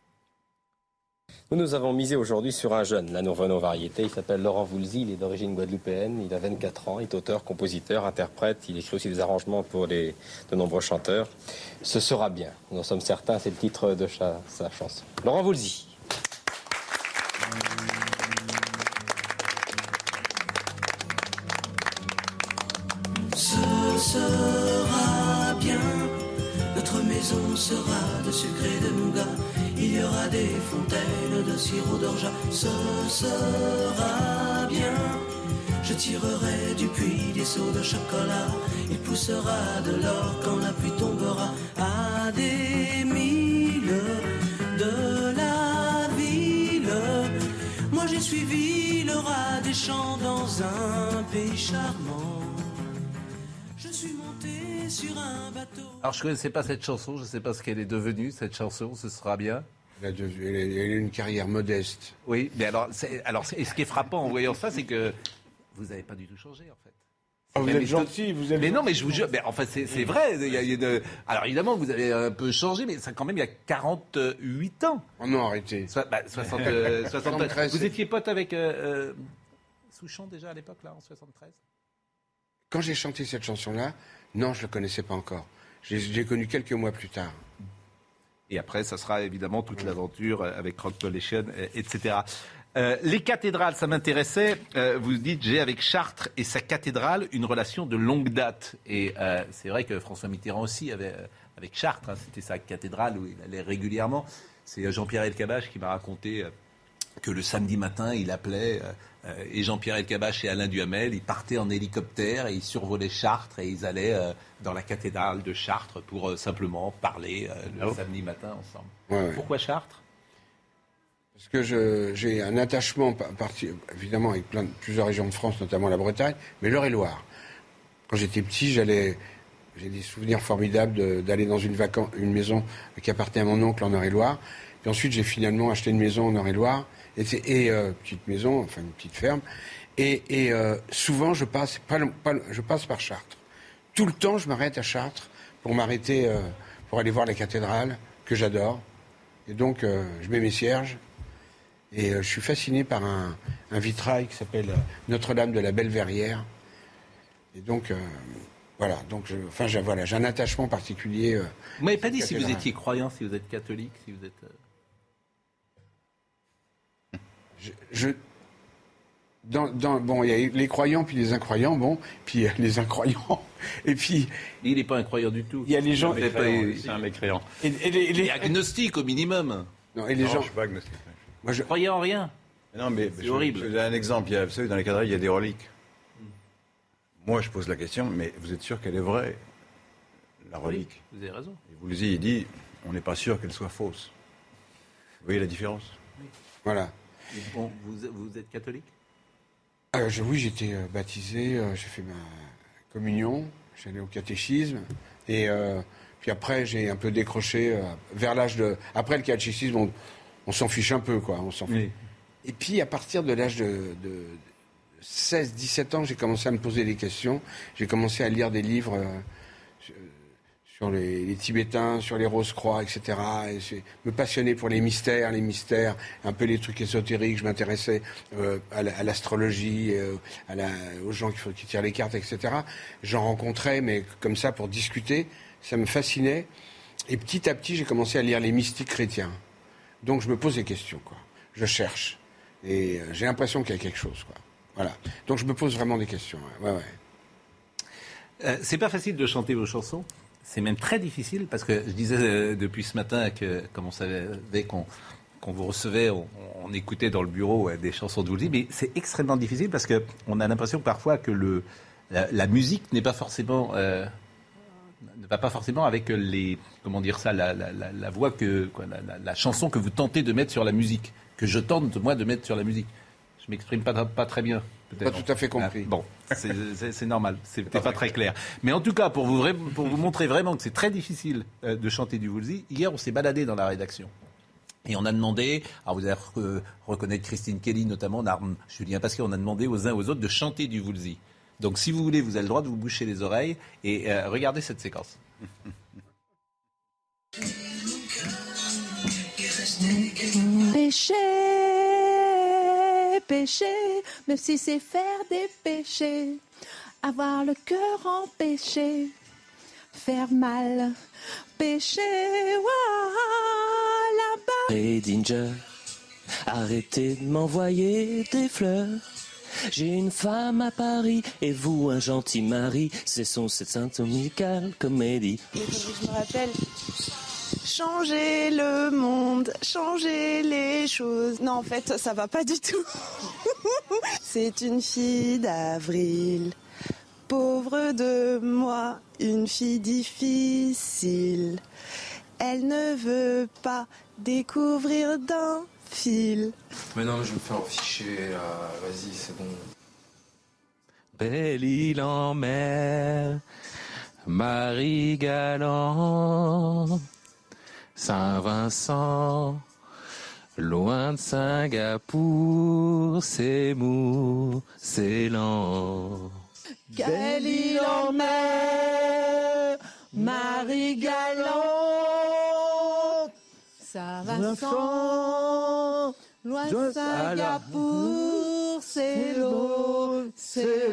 T: Nous avons misé aujourd'hui sur un jeune, la Nouvelle Variété. Il s'appelle Laurent Voulzy, il est d'origine guadeloupéenne, il a 24 ans, il est auteur, compositeur, interprète, il écrit aussi des arrangements pour de nombreux chanteurs. Ce sera bien, nous en sommes certains, c'est le titre de sa chanson. Laurent Voulzy.
R: Ce sera bien, notre maison à des fontaines de sirop d'orgeat. Ce sera bien. Je tirerai du puits des seaux de chocolat. Il poussera de l'or quand la pluie tombera. À des milles de la ville, moi j'ai suivi le rat des champs dans un pays charmant. Je suis monté sur un bateau.
B: Alors je ne connaissais pas cette chanson, je ne sais pas ce qu'elle est devenue, cette chanson, ce sera bien.
S: Elle a une carrière modeste.
B: Oui, mais alors ce qui est frappant en voyant ça, c'est que vous n'avez pas du tout changé, en fait.
S: Vous êtes gentil, vous êtes.
B: Mais non, mais je vous jure, mais enfin c'est vrai. Alors évidemment, vous avez un peu changé, mais ça quand même il y a 48 ans.
S: Oh non, arrêtez.
B: 73. Vous étiez pote avec Souchon déjà à l'époque, là, en 73 ?
S: Quand j'ai chanté cette chanson-là, non, je ne le connaissais pas encore. Je l'ai connu quelques mois plus tard.
B: Et après, ça sera évidemment toute l'aventure avec Rock Collection, etc. Les cathédrales, ça m'intéressait. Vous dites, j'ai avec Chartres et sa cathédrale une relation de longue date. Et c'est vrai que François Mitterrand aussi avait, avec Chartres, c'était sa cathédrale où il allait régulièrement. C'est Jean-Pierre Elkabbach qui m'a raconté que le samedi matin, il appelait et Jean-Pierre Elkabbach et Alain Duhamel, ils partaient en hélicoptère et ils survolaient Chartres et ils allaient dans la cathédrale de Chartres pour simplement parler le samedi matin ensemble.
S: Ouais.
B: Pourquoi Chartres ?
S: Parce que j'ai un attachement, évidemment, avec plusieurs régions de France, notamment la Bretagne, mais l'Eure-et-Loire. Quand j'étais petit, j'ai des souvenirs formidables d'aller dans une maison qui appartenait à mon oncle en Eure-et-Loire. Puis ensuite, j'ai finalement acheté une maison en Eure-et-Loire, petite maison, enfin une petite ferme. Et souvent, je passe par Chartres. Tout le temps, je m'arrête à Chartres pour m'arrêter, pour aller voir la cathédrale, que j'adore. Et donc, je mets mes cierges. Et je suis fasciné par un vitrail qui s'appelle Notre-Dame de la Belle-Verrière. Et donc, voilà. Donc, j'ai un attachement particulier.
B: Vous m'avez pas dit si vous étiez croyant, si vous êtes catholique, si vous êtes.
S: Bon, il y a les croyants puis les incroyants, puis les incroyants. Et puis.
B: Il n'est pas incroyant du tout.
S: Il y a les gens.
D: C'est un mécréant.
B: Il est agnostique au minimum.
C: Non, et les gens. Je ne suis pas agnostique.
B: Moi, je croyais en rien.
C: Non, mais
B: c'est horrible.
C: Je vais donner un exemple. Vous savez, dans les cathédrales, il y a des reliques. Moi, je pose la question, mais vous êtes sûr qu'elle est vraie, la relique ?
B: Oui, vous avez raison.
C: Et Woolsey dit, on n'est pas sûr qu'elle soit fausse. Vous voyez la différence ?
B: Oui.
S: Voilà.
B: Bon, vous êtes catholique ?
S: Oui, j'étais baptisé, j'ai fait ma communion, j'allais au catéchisme, et puis après, j'ai un peu décroché vers l'âge de... Après le catéchisme, on s'en fiche un peu, quoi. On s'en fiche. Oui. Et puis, à partir de l'âge de 16-17 ans, j'ai commencé à me poser des questions. J'ai commencé à lire des livres sur les Tibétains, sur les Rose-Croix, etc. Et me passionner pour les mystères, un peu les trucs ésotériques. Je m'intéressais à l'astrologie, aux gens qui tirent les cartes, etc. J'en rencontrais, mais comme ça, pour discuter, ça me fascinait. Et petit à petit, j'ai commencé à lire les mystiques chrétiens. Donc je me pose des questions, quoi. Je cherche. Et j'ai l'impression qu'il y a quelque chose, quoi. Voilà. Donc je me pose vraiment des questions. Ouais.
B: C'est pas facile de chanter vos chansons. C'est même très difficile parce que je disais depuis ce matin que, comme on savait qu'on vous recevait, on écoutait dans le bureau des chansons de Woolsey, mais c'est extrêmement difficile parce qu'on a l'impression parfois que la musique n'est pas forcément... ne va pas forcément avec la voix la chanson que vous tentez de mettre sur la musique, que je tente moi de mettre sur la musique. Je m'exprime pas très bien, peut-être.
S: Pas tout à fait compris.
B: Bon, c'est normal, c'était pas très clair. Mais en tout cas, pour vous montrer vraiment que c'est très difficile de chanter du Woolsey, hier on s'est baladé dans la rédaction. Et on a demandé, alors vous allez reconnaître Christine Kelly notamment, Julien Pasquier, on a demandé aux uns aux autres de chanter du Woolsey. Donc si vous voulez, vous avez le droit de vous boucher les oreilles et regardez cette séquence.
U: Péché, péché, même si c'est faire des péchés, avoir le cœur empêché, faire mal, péché, là-bas.
R: Hey Dinger, arrêtez de m'envoyer des fleurs. J'ai une femme à Paris et vous un gentil mari. C'est son Saint-Amical comédie.
I: Je me rappelle,
U: changer le monde, changer les choses. Non, en fait, ça va pas du tout. C'est une fille d'avril, pauvre de moi, une fille difficile. Elle ne veut pas découvrir d'un fil.
A: Mais non, je vais me faire ficher, là. Vas-y, c'est bon.
V: Belle île en mer, Marie-Galante, Saint-Vincent, loin de Singapour, c'est mou, c'est lent.
U: Belle île en mer, Marie-Galante, Saint-Vincent, loin de Singapour, c'est l'eau, c'est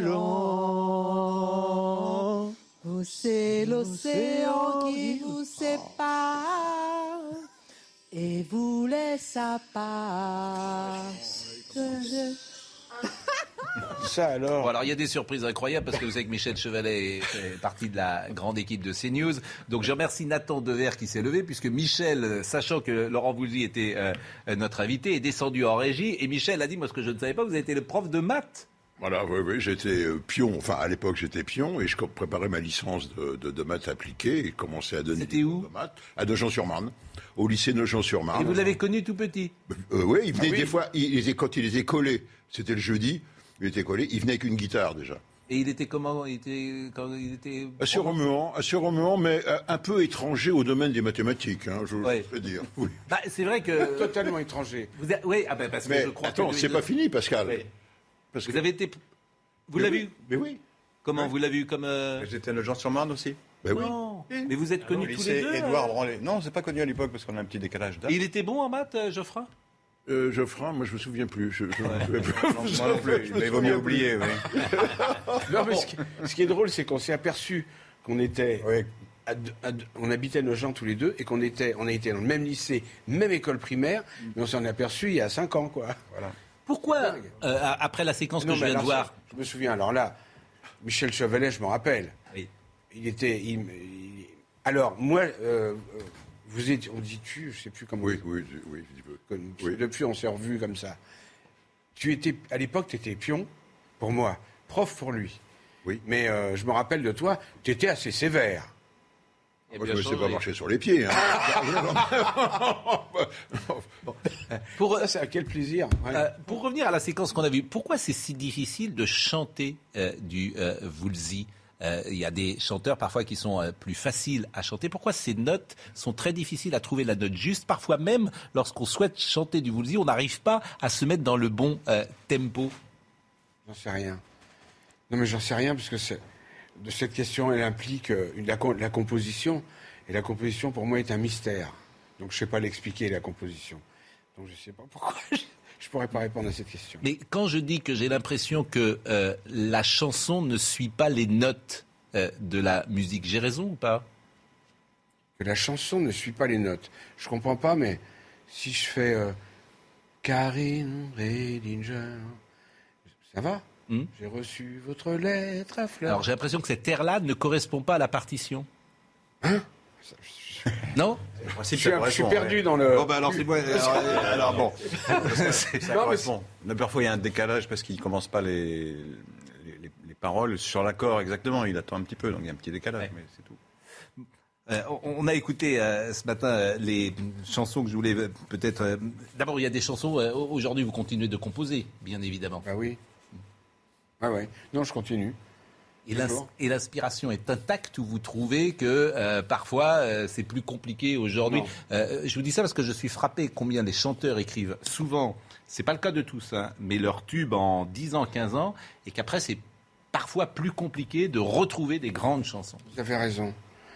U: lent. Oh, c'est l'océan qui vous sépare et vous laisse à part.
B: Ça alors. Bon, alors il y a des surprises incroyables parce que vous savez que Michel Chevalet fait partie de la grande équipe de CNews. Donc je remercie Nathan Dever qui s'est levé puisque Michel, sachant que Laurent Voulzy était notre invité, est descendu en régie et Michel a dit, moi ce que je ne savais pas, vous avez été le prof de maths.
W: Voilà, oui, j'étais pion. Enfin, à l'époque, j'étais pion et je préparais ma licence de maths appliquées et commençais à donner des cours de maths à Nogent-sur-Marne, au lycée Nogent-sur-Marne.
B: Et vous l'avez connu tout petit?
W: Oui, il venait des fois, quand il était collé, c'était le jeudi, il était collé, il venait avec une guitare déjà.
B: Et il était comment? Quand il était
W: assez remuant, mais un peu étranger au domaine des mathématiques, je peux dire. Oui.
B: Bah, c'est vrai que
S: totalement étranger.
B: Oui, parce que je crois.
W: Attends, c'est pas fini, Pascal. Oui.
B: Parce vous avez été. Vous l'avez vu?
W: Mais oui.
B: Comment vous l'avez vu comme
C: J'étais à Nogent-sur-Marne aussi.
W: Ben oui.
B: Mais vous êtes connus tous les deux.
C: Édouard Branlé. Non, c'est pas connu à l'époque parce qu'on a un petit décalage d'âge.
B: Il était bon en maths, Geoffrin?
W: Geoffrin, moi je me souviens plus.
C: Moi non plus. Mais il vaut mieux oublier. Oui.
S: Non, mais ce qui est drôle, c'est qu'on s'est aperçu qu'on était. Oui. On habitait Nogent tous les deux et on a été dans le même lycée, même école primaire, mais on s'en est aperçu il y a 5 ans, quoi. Voilà.
B: Pourquoi, après la séquence que je viens de voir...
S: Je me souviens, alors là, Michel Chevalet, je me rappelle. Oui. Alors, moi, vous étiez... On dit tu, je ne sais plus comment...
W: Oui.
S: Depuis, on s'est revus comme ça. À l'époque, tu étais pion, pour moi, prof pour lui.
W: Oui.
S: Mais je me rappelle de toi, tu étais assez sévère.
W: Moi, je ne me sais pas marcher sur les pieds.
S: Ça, quel plaisir. Ouais.
B: Pour revenir à la séquence qu'on a vue, pourquoi c'est si difficile de chanter du Voulzy? Il y a des chanteurs parfois qui sont plus faciles à chanter. Pourquoi ces notes sont très difficiles à trouver la note juste? Parfois même, lorsqu'on souhaite chanter du Voulzy, on n'arrive pas à se mettre dans le bon tempo.
S: J'en sais rien. Non, mais j'en sais rien parce que de cette question, elle implique la composition. Et la composition, pour moi, est un mystère. Donc, je ne sais pas l'expliquer, la composition. Donc, je ne sais pas pourquoi je ne pourrais pas répondre à cette question.
B: Mais quand je dis que j'ai l'impression que la chanson ne suit pas les notes de la musique, j'ai raison ou pas?
S: Que la chanson ne suit pas les notes. Je ne comprends pas, mais si je fais Karine Redinger, ça va? J'ai reçu votre lettre à fleurs.
B: Alors j'ai l'impression que cet air-là ne correspond pas à la partition.
S: Hein?
B: Non?
S: Je suis perdu dans le...
C: Bon, alors c'est bon. Alors bon. Ça correspond. Mais parfois il y a un décalage parce qu'il ne commence pas les paroles sur l'accord exactement. Il attend un petit peu, donc il y a un petit décalage, mais c'est tout.
B: On a écouté ce matin les chansons que je voulais peut-être... D'abord, il y a des chansons... aujourd'hui, vous continuez de composer, bien évidemment.
S: Ah oui. Ah ouais. Non, je continue.
B: Et l'inspiration est intacte ou vous trouvez que parfois c'est plus compliqué aujourd'hui? Je vous dis ça parce que je suis frappé combien les chanteurs écrivent souvent, c'est pas le cas de tous, mais leur tube en 10 ans, 15 ans, et qu'après c'est parfois plus compliqué de retrouver des grandes chansons.
S: Vous avez raison.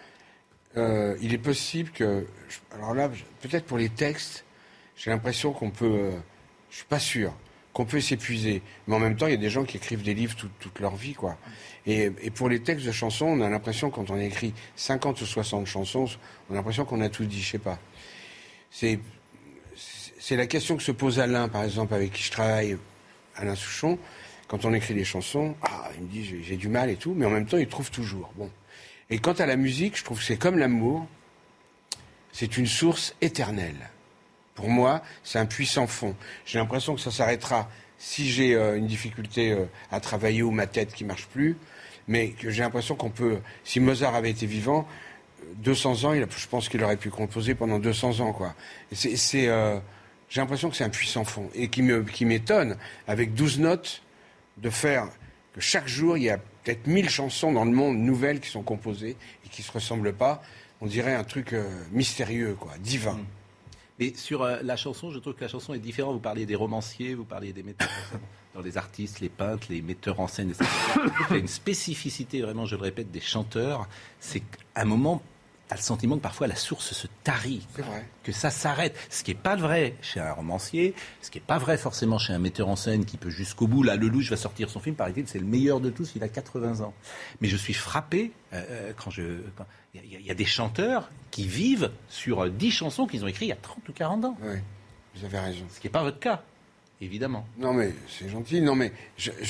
S: Il est possible que... Alors là, peut-être pour les textes, j'ai l'impression qu'on peut... je suis pas sûr qu'on peut s'épuiser. Mais en même temps, il y a des gens qui écrivent des livres toute leur vie, quoi. Et pour les textes de chansons, on a l'impression, quand on écrit 50 ou 60 chansons, on a l'impression qu'on a tout dit, je sais pas. C'est la question que se pose Alain, par exemple, avec qui je travaille, Alain Souchon. Quand on écrit des chansons, il me dit j'ai du mal et tout, mais en même temps, il trouve toujours. Bon. Et quant à la musique, je trouve que c'est comme l'amour. c'est une source éternelle. Pour moi, c'est un puits sans fond. J'ai l'impression que ça s'arrêtera si j'ai une difficulté à travailler ou ma tête qui ne marche plus, mais que j'ai l'impression qu'on peut... Si Mozart avait été vivant, 200 ans, je pense qu'il aurait pu composer pendant 200 ans, quoi. J'ai l'impression que c'est un puits sans fond. Et qui m'étonne, avec 12 notes, de faire que chaque jour, il y a peut-être 1000 chansons dans le monde nouvelles qui sont composées et qui ne se ressemblent pas. On dirait un truc mystérieux, quoi, divin.
B: Mais sur la chanson, je trouve que la chanson est différente. Vous parliez des romanciers, vous parliez des metteurs en scène, dans les artistes, les peintres, les metteurs en scène, etc. Il y a une spécificité, vraiment, je le répète, des chanteurs. C'est qu'à un moment, tu as le sentiment que parfois la source se tarit, que ça s'arrête. Ce qui n'est pas vrai chez un romancier, ce qui n'est pas vrai forcément chez un metteur en scène qui peut jusqu'au bout. Là, Lelouch va sortir son film, paraît-il, c'est le meilleur de tous, il a 80 ans. Mais je suis frappé quand il y a des chanteurs qui vivent sur 10 chansons qu'ils ont écrites il y a 30 ou 40 ans.
S: Oui, vous avez raison.
B: Ce qui n'est pas votre cas, évidemment.
S: Non, mais c'est gentil. Non, mais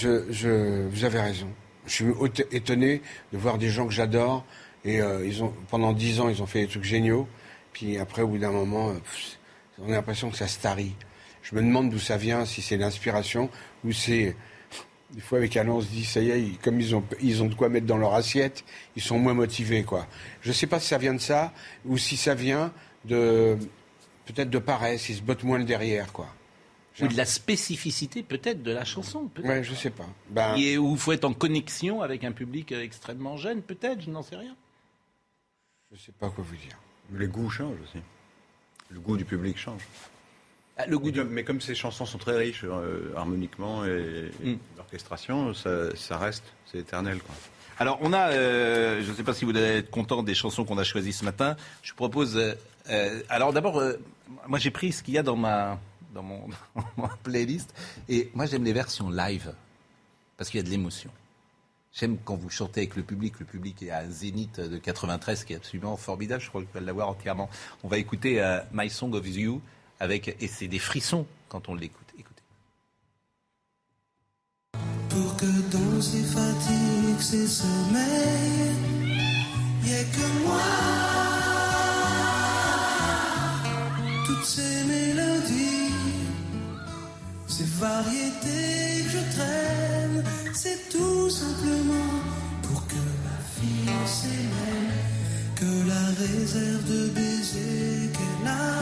S: vous avez raison. Je suis étonné de voir des gens que j'adore. Et pendant 10 ans, ils ont fait des trucs géniaux. Puis après, au bout d'un moment, on a l'impression que ça se tarit. Je me demande d'où ça vient, si c'est l'inspiration ou c'est... Des fois, avec Alain, on se dit, ça y est, comme ils ont de quoi mettre dans leur assiette, ils sont moins motivés, quoi. Je ne sais pas si ça vient de ça ou si ça vient peut-être de paresse, ils se bottent moins le derrière, quoi.
B: Ou de la spécificité, peut-être, de la chanson.
S: Oui, je ne sais pas.
B: Ou il faut être en connexion avec un public extrêmement jeune, peut-être, je n'en sais rien.
S: Je ne sais pas quoi vous dire.
C: Les goûts changent aussi. Le goût du public change. Mais comme ces chansons sont très riches harmoniquement et l'orchestration, ça reste, c'est éternel, quoi.
B: Alors on a, je ne sais pas si vous allez être content des chansons qu'on a choisies ce matin. Je propose, alors d'abord, moi j'ai pris ce qu'il y a dans ma playlist et moi j'aime les versions live parce qu'il y a de l'émotion. J'aime quand vous chantez avec le public est à un zénith de 93 qui est absolument formidable. Je crois que je peux l'avoir entièrement. On va écouter My Song of You. Et c'est des frissons quand on l'écoute. Écoutez.
R: Pour que dans ces fatigues, ces sommeils, il n'y ait que moi. Toutes ces mélodies, ces variétés que je traîne, c'est tout simplement pour que ma fille s'aime, que la réserve de baisers qu'elle a.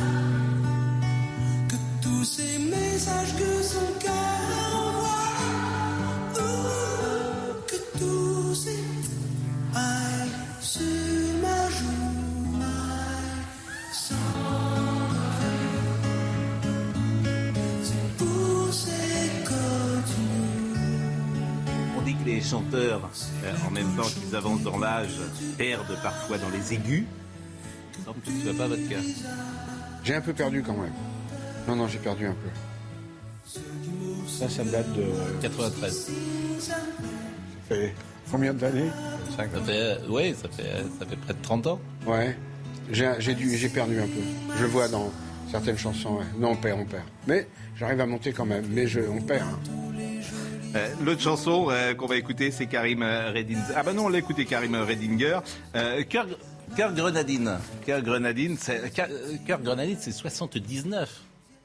R: Tous ces messages que son cœur envoie, que tous ces aïe sur ma joue, my song of you. C'est pour ces continues.
B: On dit que les chanteurs, en même temps qu'ils avancent dans l'âge, perdent parfois dans les aigus. Il semble que ce ne soit pas votre cas.
S: J'ai un peu perdu quand même. Non, j'ai perdu un peu. Ça me date de...
B: 93.
S: Ça fait combien d'années?
B: Ça fait près de 30 ans.
S: Ouais. J'ai perdu un peu. Je le vois dans certaines chansons, ouais. Non, on perd. Mais j'arrive à monter quand même. Mais on perd. Hein.
B: L'autre chanson qu'on va écouter, c'est Karim Redinger. Ah ben non, on l'a écouté, Karim Redinger. Cœur Grenadine. Cœur Grenadine, c'est 79.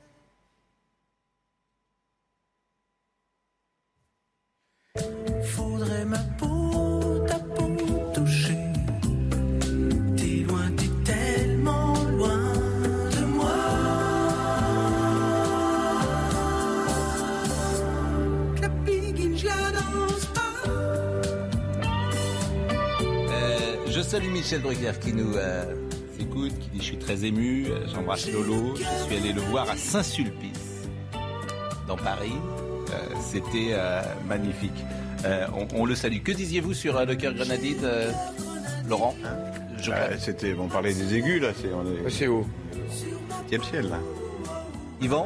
R: Faudrait ma peau, ta peau toucher. T'es loin, t'es tellement loin de moi. La biguine, je la danse pas.
B: Je salue Michel Drucker qui nous écoute, qui dit je suis très ému, j'embrasse Lolo, je suis allé le voir à Saint-Sulpice, dans Paris. C'était magnifique. On le salue. Que disiez-vous sur le Cœur Grenadine, Laurent?
C: On parlait des aigus, là.
S: C'est haut.
C: 7e ciel, là.
B: Yvan?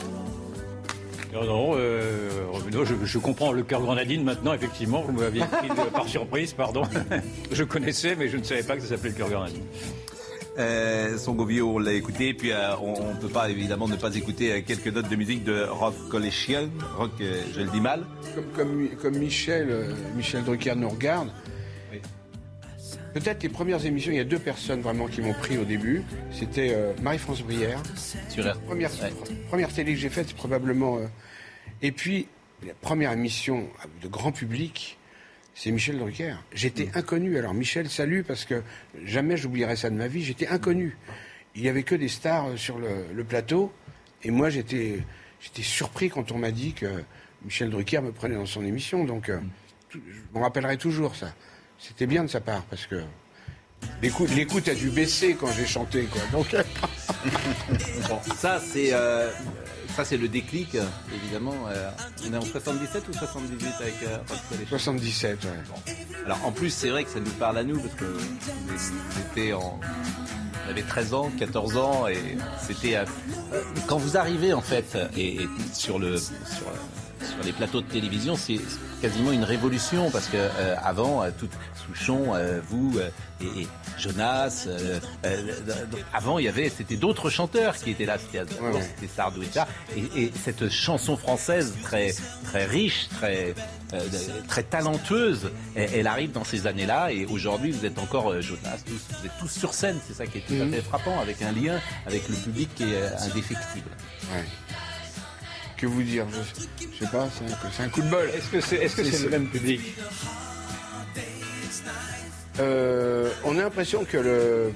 D: Non, je comprends le Cœur Grenadine maintenant, effectivement. Vous m'aviez pris par surprise, pardon. Je connaissais, mais je ne savais pas que ça s'appelait le Cœur Grenadine.
B: Son Govio, on l'a écouté, puis on ne peut pas évidemment ne pas écouter quelques notes de musique de Rock Collection, Rock, je le dis mal.
S: Comme Michel Drucker nous regarde, oui. Peut-être les premières émissions, il y a 2 personnes vraiment qui m'ont pris au début. C'était Marie-France Brière.
B: Sur R.
S: Première télé que j'ai faite, c'est probablement... Et puis, la première émission de grand public, c'est Michel Drucker. J'étais inconnu. Alors Michel, salut, parce que jamais j'oublierai ça de ma vie. J'étais inconnu. Il n'y avait que des stars sur le plateau. Et moi, j'étais surpris quand on m'a dit que Michel Drucker me prenait dans son émission. Donc, je me rappellerai toujours ça. C'était bien de sa part, parce que l'écoute a dû baisser quand j'ai chanté, quoi. Donc...
B: Bon, ça, c'est le déclic, évidemment. On est en 77 ou 78 avec Rod Collet ?
S: 77, ouais.
B: Bon. Alors, en plus, c'est vrai que ça nous parle à nous, parce que on avait 13 ans, 14 ans, et c'était... quand vous arrivez, en fait, et sur les plateaux de télévision, c'est quasiment une révolution, parce que avant, tout Souchon, vous et Jonas, avant c'était d'autres chanteurs qui étaient là, c'était Aznavour, c'était Sardou et ça, et cette chanson française très très riche, très talentueuse, elle arrive dans ces années-là, et aujourd'hui vous êtes encore Jonas, vous êtes tous sur scène, c'est ça qui est tout à fait frappant, avec un lien avec le public qui est indéfectible.
S: Ouais. Que vous dire, je sais pas, c'est un coup de bol.
D: Est-ce que c'est le même public ?
S: On a l'impression que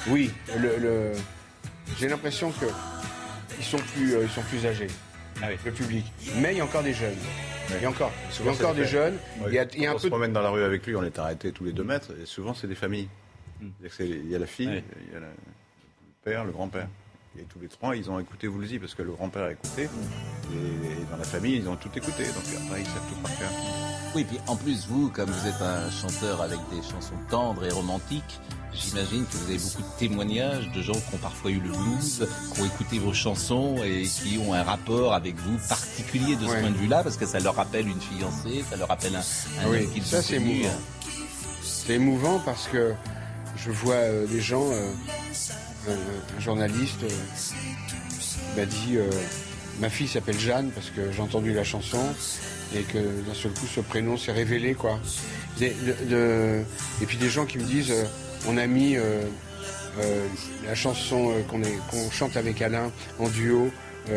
S: j'ai l'impression que ils sont plus âgés, le public. Mais il y a encore des jeunes. Il y a encore des jeunes.
C: Ouais, il y a un peu. On se promène dans la rue avec lui, on est arrêté tous les 2 mètres, et souvent c'est des familles. Il y a la fille, il y a le père, le grand-père. Et tous les 3, ils ont écouté Woolsey, parce que le grand-père a écouté. Et dans la famille, ils ont tout écouté. Donc après, ils savent tout par cœur.
B: Oui, puis en plus, vous, comme vous êtes un chanteur avec des chansons tendres et romantiques, j'imagine que vous avez beaucoup de témoignages de gens qui ont parfois eu le blues, qui ont écouté vos chansons et qui ont un rapport avec vous particulier de ce point de vue-là, parce que ça leur rappelle une fiancée, ça leur rappelle un homme qu'ils ont
S: c'est
B: connu.
S: Émouvant. C'est émouvant parce que je vois des gens... un journaliste m'a dit ma fille s'appelle Jeanne parce que j'ai entendu la chanson et que d'un seul coup ce prénom s'est révélé, quoi. Et puis des gens qui me disent on a mis la chanson qu'on chante avec Alain en duo,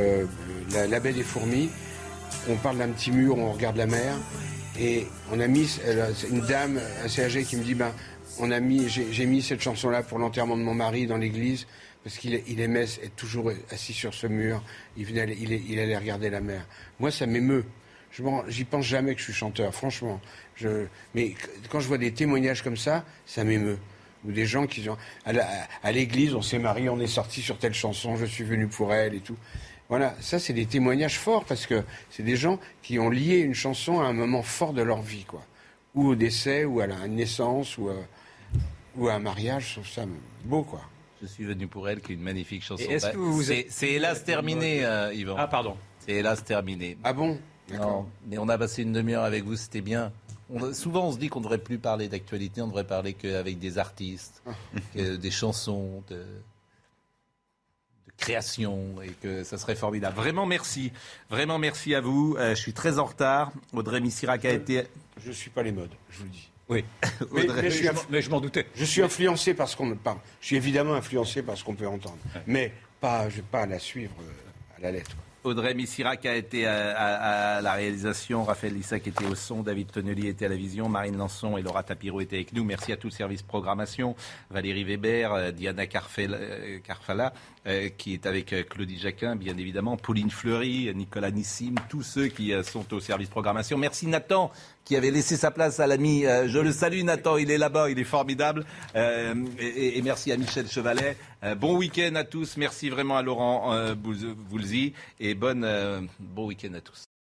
S: La Baie des Fourmis. On parle d'un petit mur, on regarde la mer, et on a mis une dame assez âgée qui me dit j'ai mis cette chanson-là pour l'enterrement de mon mari dans l'église, parce qu'il aimait être toujours assis sur ce mur, il allait regarder la mer. Moi, ça m'émeut. J'y pense jamais que je suis chanteur, franchement. Mais quand je vois des témoignages comme ça m'émeut. Ou des gens qui ont... À l'église, on s'est mariés, on est sortis sur telle chanson, je suis venu pour elle et tout. Voilà, ça, c'est des témoignages forts, parce que c'est des gens qui ont lié une chanson à un moment fort de leur vie, quoi. Ou au décès, ou à la naissance, ou à un mariage, je trouve ça beau, quoi.
B: Je suis venu pour elle, qui est une magnifique chanson.
D: C'est
B: hélas terminé, Yvan.
D: Ah, pardon.
B: C'est hélas terminé.
S: Ah bon ? D'accord.
B: Non, mais on a passé une demi-heure avec vous, c'était bien. Souvent, on se dit qu'on ne devrait plus parler d'actualité, on ne devrait parler qu'avec des artistes, des chansons, de création, et que ça serait formidable. Vraiment merci à vous. Je suis très en retard. Audrey Missirac a été...
S: Je ne suis pas les modes, je vous le dis.
D: Oui, mais je m'en doutais.
S: Je suis influencé par ce qu'on me parle. Je suis évidemment influencé par ce qu'on peut entendre. Ouais. Mais je ne vais pas la suivre à la lettre.
B: Audrey Missirac a été à la réalisation, Raphaël Lissac était au son, David Tonnelier était à la vision, Marine Lançon et Laura Tapiro étaient avec nous. Merci à tout le service programmation, Valérie Weber, Diana Carfala, qui est avec Claudie Jacquin, bien évidemment, Pauline Fleury, Nicolas Nissim, tous ceux qui sont au service programmation. Merci Nathan, qui avait laissé sa place à l'ami. Je le salue Nathan, il est là-bas, il est formidable. Et merci à Michel Chevalet. Bon week-end à tous, merci vraiment à Laurent Voulzy et bon week-end à tous.